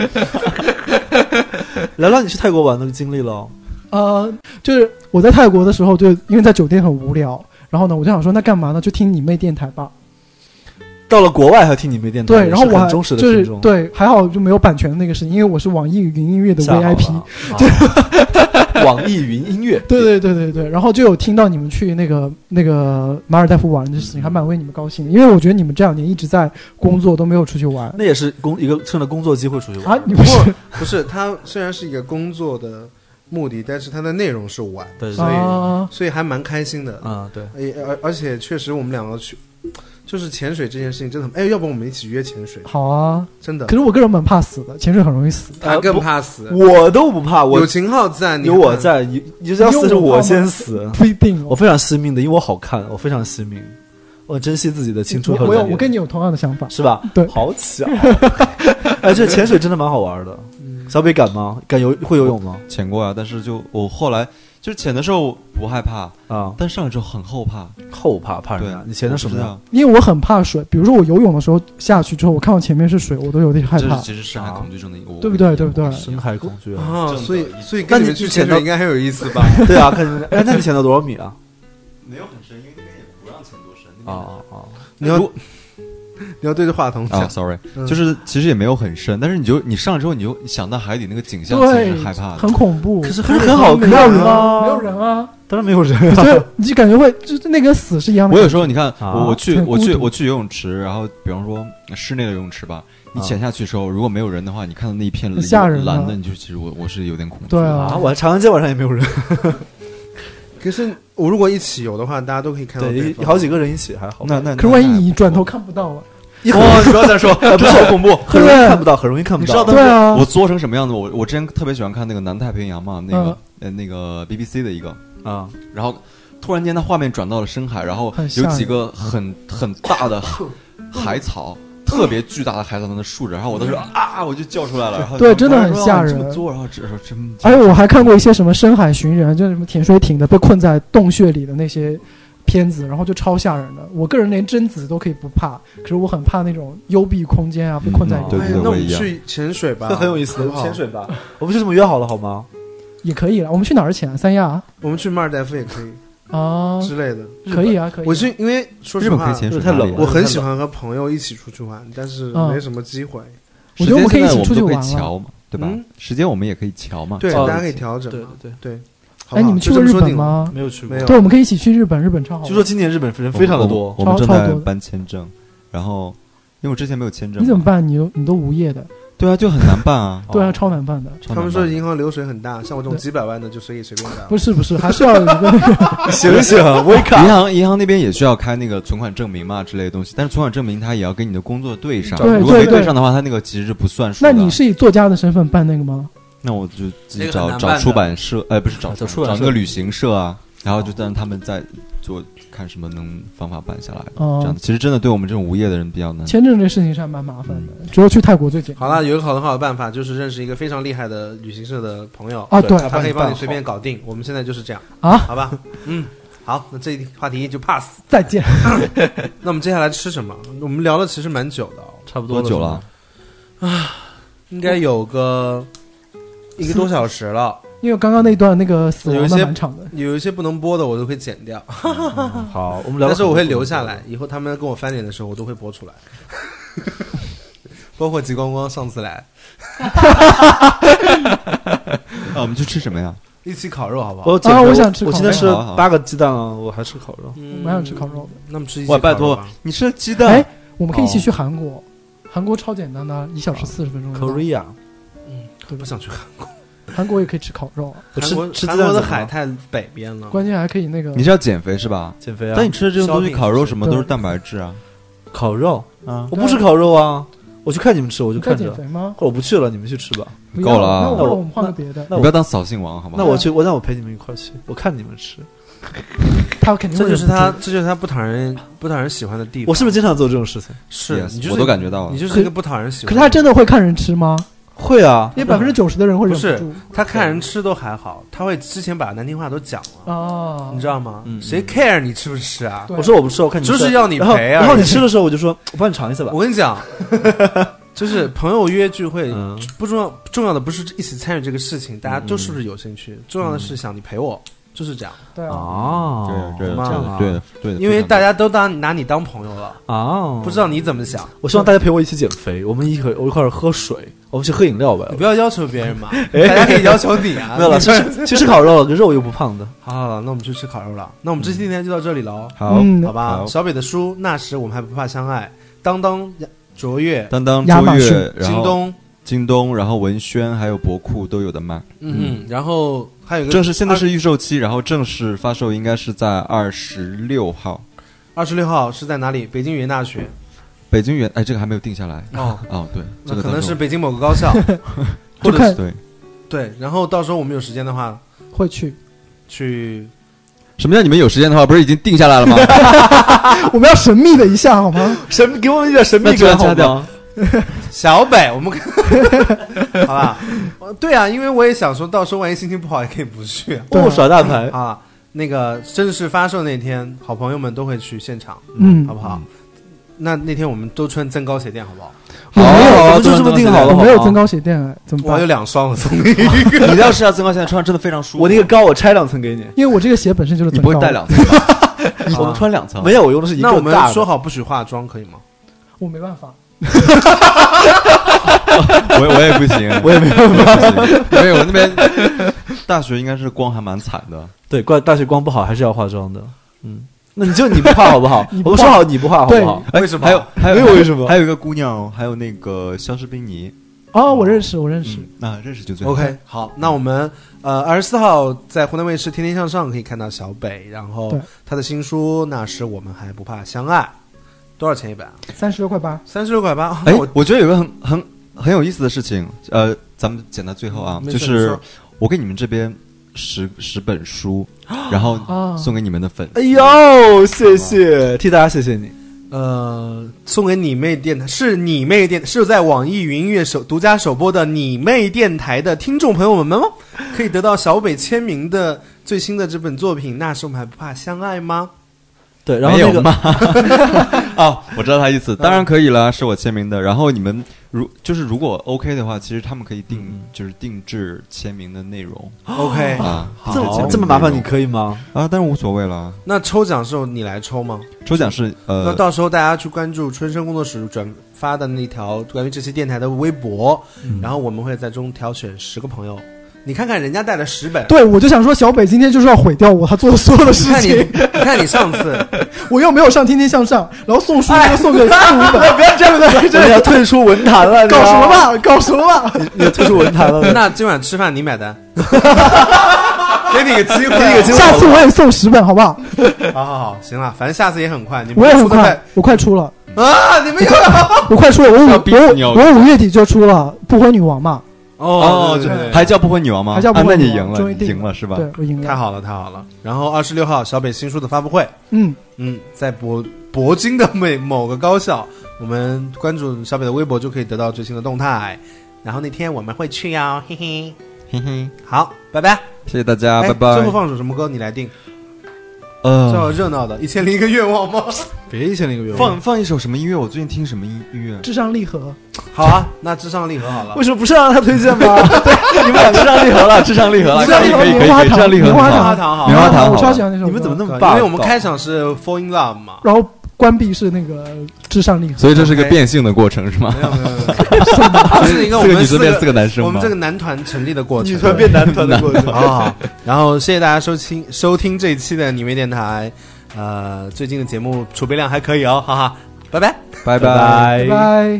聊聊你去泰国玩的经历了。 就是我在泰国的时候，就因为在酒店很无聊，然后呢，我就想说，那干嘛呢？就听你妹电台吧。 到了国外还听你妹电台， 对，然后我还忠实的就是对，还好就没有版权的那个事情，因为我是网易云音乐的 VIP， 网易云音乐， 对，然后就有听到你们去那个马尔代夫玩的事情，还蛮为你们高兴的，因为我觉得你们这2年一直在工作，都没有出去玩， 那也是一个趁着工作机会出去玩啊。你不是，它虽然是一个工作的目的，但是它的内容是玩， 对， 所以还蛮开心的啊。对， 而且确实我们2个去。就是潜水这件事情真的很，要不然我们一起约潜水？ 好啊， 真的。 可是我个人蛮怕死的，潜水很容易死。 他更怕死， 我都不怕。我有秦昊在， 有我在，你要死是我先死， 不一定。 我非常惜命的，因为我好看，我非常惜命，我珍惜自己的青春和我跟你有同样的想法， 是吧？ 对， 好巧。这潜水真的蛮好玩的。小北敢吗？会游泳吗？ 潜过啊，但是我后来。就是潜的时候不害怕啊， 但上来之后很后怕， 怕什么呀？你潜的什么呀？ 因为我很怕水，比如说我游泳的时候下去之后，我看到前面是水，我都有点害怕。 这其实深海恐惧症的一个， 对不对？ 深海恐惧啊，所以跟你们去潜水应该很有意思吧？ 对啊，看那你潜到多少米啊？ 没有很深，因为那边也不让潜多深。 你要对着话筒讲。 sorry，就是其实也没有很深，但是你上来之后，你就想到海底那个景象，其实害怕的， 很恐怖。 可是很好看， 没有人啊， 当然没有人。 你就感觉会就是那跟死是一样的。 我有时候你看，我去游泳池，然后比方说室内的游泳池吧，你潜下去的时候，如果没有人的话，你看到那一片蓝的，你就其实我是有点恐惧。 对啊， 我长安街晚上也没有人。 可是我如果一起游的话，大家都可以看到对方， 好几个人一起还好。 那可是万一你转头看不到了。 你不要再说，不是好恐怖，很容易看不到，很容易看不到。 对啊， 我作成什么样子？我之前特别喜欢看那个南太平洋嘛，那个 BBC 的一个啊，然后突然间它画面转到了深海，然后有几个很大的海草，特别巨大的海草在那竖着，然后我当时我就叫出来了，然后对，真的很吓人。 这么做，然后只是说真。 而且我还看过一些什么深海寻人，就是什么潜水艇的被困在洞穴里的那些。片子，然后就超吓人的。我个人连贞子都可以不怕，可是我很怕那种幽闭空间啊，被困在里面。 对， 那我们去潜水吧， 这很有意思的。潜水吧，我们就这么约好了好吗？ 也可以了。我们去哪儿潜？三亚？ 我们去马尔代夫也可以啊之类的。 可以啊，可以。 我是因为说实话， 日本可以潜水太冷了， 我很喜欢和朋友一起出去玩，但是没什么机会。 我觉得我们可以一起出去玩嘛，对吧？时间我们也可以调嘛， 对，大家可以调整。 对。 哎，你们去过日本吗？ 没有去过。 对，我们可以一起去日本，日本超好。 据说今年日本人非常的多， 我们正在办签证，然后因为我之前没有签证， 你怎么办？你都无业的。 对啊，就很难办啊。 对啊，超难办的。 他们说银行流水很大，像我这种几百万的就随便干。 不是，还是要有一个那个。 行， 银行那边也需要开那个存款证明嘛之类的东西，但是存款证明它也要跟你的工作对上，如果没对上的话，它那个其实是不算数的。 那你是以作家的身份办那个吗？ 那我就自己找出版社，不是找那个旅行社啊，然后就让他们再做看什么方法办下来。这样子其实真的对我们这种无业的人比较难。 签证这事情是还蛮麻烦的，只有去泰国最简单。 好了，有一个很好的办法，就是认识一个非常厉害的旅行社的朋友啊，对， 他可以帮你随便搞定。我们现在就是这样啊， 好吧？好，那这一话题就 pass， 再见。 那我们接下来吃什么？我们聊了其实蛮久的， 差不多多久了？ 应该有个 1个多小时了。 因为刚刚那段那个死亡的蛮长的， 有一些不能播的我都会剪掉。 好，我们聊， 但是我会留下来，以后他们跟我翻脸的时候，我都会播出来。包括极光光上次来， 我们去吃什么呀？ 一起烤肉好不好？ 我想吃烤肉。 我今天吃了8个鸡蛋啊，我还吃烤肉。 我蛮想吃烤肉的。 那么吃一起烤肉吧。 拜托，你吃鸡蛋？ 哎，我们可以一起去韩国，韩国超简单的，1小时40分钟。 Korea， 不想去韩国。 韩国也可以吃烤肉啊。 韩国的海太北边了， 关键还可以那个。 你是要减肥是吧？ 减肥啊！ 但你吃的这种东西，烤肉什么都是蛋白质啊。 烤肉啊，我不吃烤肉啊，我去看你们吃，我就看着。 减肥吗？ 我不去了，你们去吃吧。 够了啊！ 那我们换个别的。 你不要当扫兴王好吗？ 那我去，那我陪你们一块去，我看你们吃。 他肯定这就是他不讨人喜欢的地方。 我是不是经常做这种事情？ 是， 我都感觉到了。 你就是一个不讨人喜欢。 可是他真的会看人吃吗？ 会啊， 因为90%的人会忍不住。 不是，他看人吃都还好，他会之前把难听话都讲了哦， 你知道吗？谁 care 你吃不吃啊？ 我说我不吃，我看你吃， 就是要你陪啊。 然后你吃的时候，我就说我帮你尝一下吧。 我跟你讲，就是朋友约聚会，不重要的不是一起参与这个事情，大家都是不是有兴趣？重要的是想你陪我。就是这样， 对啊， 对， 因为大家都拿你当朋友了啊， 不知道你怎么想。 我希望大家陪我一起减肥，我们一块喝水，我们去喝饮料呗。 你不要要求别人嘛，大家可以要求你啊。 没有了，去吃烤肉了，可肉又不胖的。 好，那我们去吃烤肉了。那我们这期今天就到这里了。 好吧。小北的书，那时我们还不怕相爱，当卓越， 卓越， 京东， 然后文轩还有博库都有的卖。 然后还有一个正式现在是预售期，然后正式发售应该是在26号。 26号是在哪里？北京语言大学。 北京语言，这个还没有定下来。对， 那可能是北京某个高校， 或者是对。然后到时候我们有时间的话会去。 什么叫你们有时间的话，不是已经定下来了吗？ 我们要神秘的一下好吗？ 给我们一点神秘感好吗？ 小北，我们好吧？对啊，因为我也想说到时候万一心情不好也可以不去。 耍大牌啊！那个正式发售那天，好朋友们都会去现场，好不好？那天我们都穿增高鞋垫，好不好？ 我们就这么定好了。 我没有增高鞋垫，怎么办？ 我有2双了，送你。 你要是要增高鞋垫，穿真的非常舒服。 我那个高，我拆2层给你， 因为我这个鞋本身就是增高。 你不会带2层吧？我们穿2层。 没有，我用的是一个大的。 那我们说好不许化妆，可以吗？ 我没办法。 我也不行， 我也没办法。 因为我那边大学应该是光还蛮惨的。 对，大学光不好，还是要化妆的。那你不化好不好？我们说好你不化好不好？ 为什么？ 还有为什么？ 还有一个姑娘，还有那个肖士宾尼。 我认识。 那认识就最好。 OK， 好，那我们24号在湖南卫视《天天向上》可以看到小北，然后他的新书那时我们还不怕相爱。多少钱一本 ？36.8块。 36.8块。 我觉得有个很有意思的事情，咱们剪到最后啊，就是我给你们这边10本书，然后送给你们的粉丝。 哎呦，谢谢，替大家谢谢你。 送给你妹电台，是你妹电，是在网易云音乐独家首播的你妹电台的听众朋友们吗？可以得到小北签名的最新的这本作品，那时我们还不怕相爱吗？ 对，然后那个吗？我知道他意思，当然可以了，是我签名的。然后你们如果 OK 的话，其实他们可以定制签名的内容。 OK 啊， 这么麻烦你可以吗？ 当然无所谓了。 那抽奖是你来抽吗？ 抽奖是那到时候大家去关注春生工作室转发的那条关于这期电台的微博，然后我们会在中挑选10个朋友。你看看人家带了10本， 对，我就想说小北今天就是要毁掉他做的所有的事情。 你看你上次我又没有上天天向上，然后送书就送个4-5本， 不要这样子，你要退出文坛了， 搞什么吧？ 你要退出文坛了。 那今晚吃饭你买单，给你个机会， 下次我也送10本，好不好？ 好，行了，反正下次也很快， 我也很快，我快出了啊！你们我快出了，我5月底就出了《不婚女王》嘛。 还叫不婚女王吗？ 还叫不婚女王， 那你赢了是吧？ 对，我赢了， 太好了。然后26号小北新书的发布会，在铂金的某个高校，我们关注小北的微博就可以得到最新的动态。然后那天我们会去哟，嘿嘿嘿嘿。好，拜拜， 谢谢大家，拜拜。 最后放首什么歌？你来定。叫热闹的1001个愿望吗？ 别一千零一个愿望。放一首什么音乐？我最近听什么音乐？ 至上励合。 好啊，那至上励合好了。 为什么不是让他推荐吗？ 你们俩至上励合了，至上励合了，可以，至上励合， 棉花糖好， 棉花糖， 我超喜欢那首歌。 你们怎么那么棒？ 因为我们开场是 Fall in Love 嘛， 然后关闭是那个至上励合， 所以这是个变性的过程是吗？ 没有，这是一个我们四个男生， 我们这个男团成立的过程， 女团变男团的过程。 好，然后谢谢大家收听这一期的你妹电台。最近的节目储备量还可以哦，哈哈，拜拜， 拜拜拜。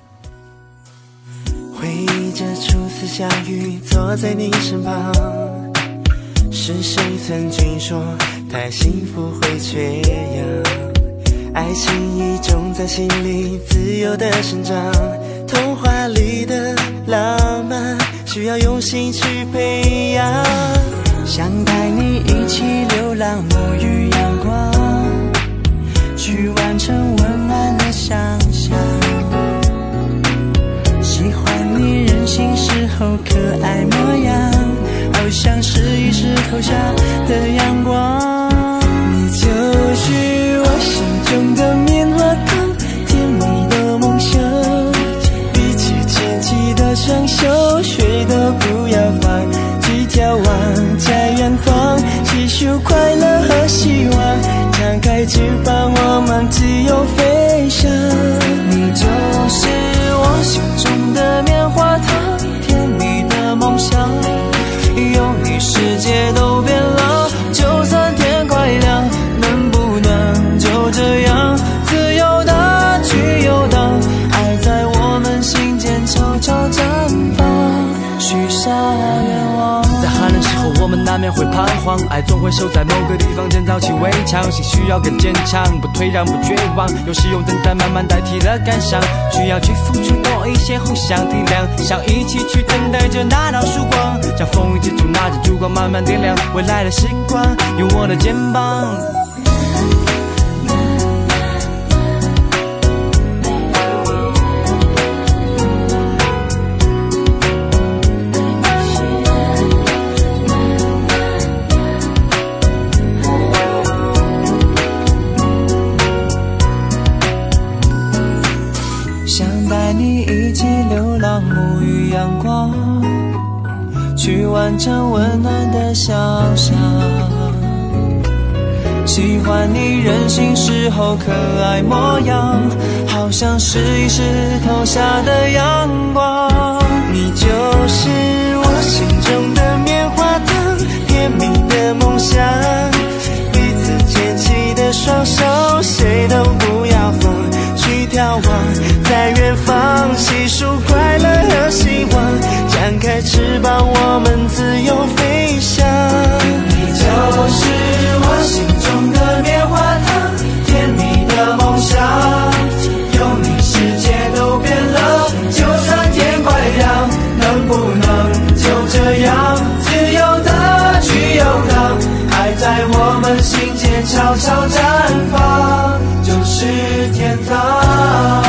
回忆着初次相遇，坐在你身旁，是谁曾经说太幸福会缺氧？爱情已种在心里，自由的生长，童话里的浪漫需要用心去培养。想带你一起流浪，沐浴阳光，去完成温暖的想象。喜欢你任性时候可爱模样，好像是一时投下的阳光。你就是我心中的棉花糖，甜蜜的梦想，彼此牵起的双手，谁都不要放，去眺望在远方，细数快乐和希望，张开翅膀我们自由飞翔。你就是我心中的棉花糖，甜蜜的梦想，有你世界都变了，就算天快亮，能不能就这样自由的去游荡，爱在我们心间悄悄绽放，许下愿望。在寒冷时候我们难免会彷徨，爱总会守在某个地方建造起围墙，心需要更坚强，不退让不绝望，有时用等待慢慢代替了感伤，需要去付出多一些，互相体谅，想一起去等待着那道曙光，像风雨之中拿着烛光慢慢点亮未来的时光，用我的肩膀。沐浴阳光，去完成温暖的想象，喜欢你任性时候可爱模样，好像是一时投下的阳光。你就是我心中的棉花糖，甜蜜的梦想，彼此牵起的双手，谁都不要放，去眺望在远方，细数快乐和希望，张开翅膀我们自由飞翔。你就是我心中的棉花糖，甜蜜的梦想，有你世界都变了，就算天快亮，能不能就这样自由的去游荡，爱在我们心间悄悄绽放，就是天堂。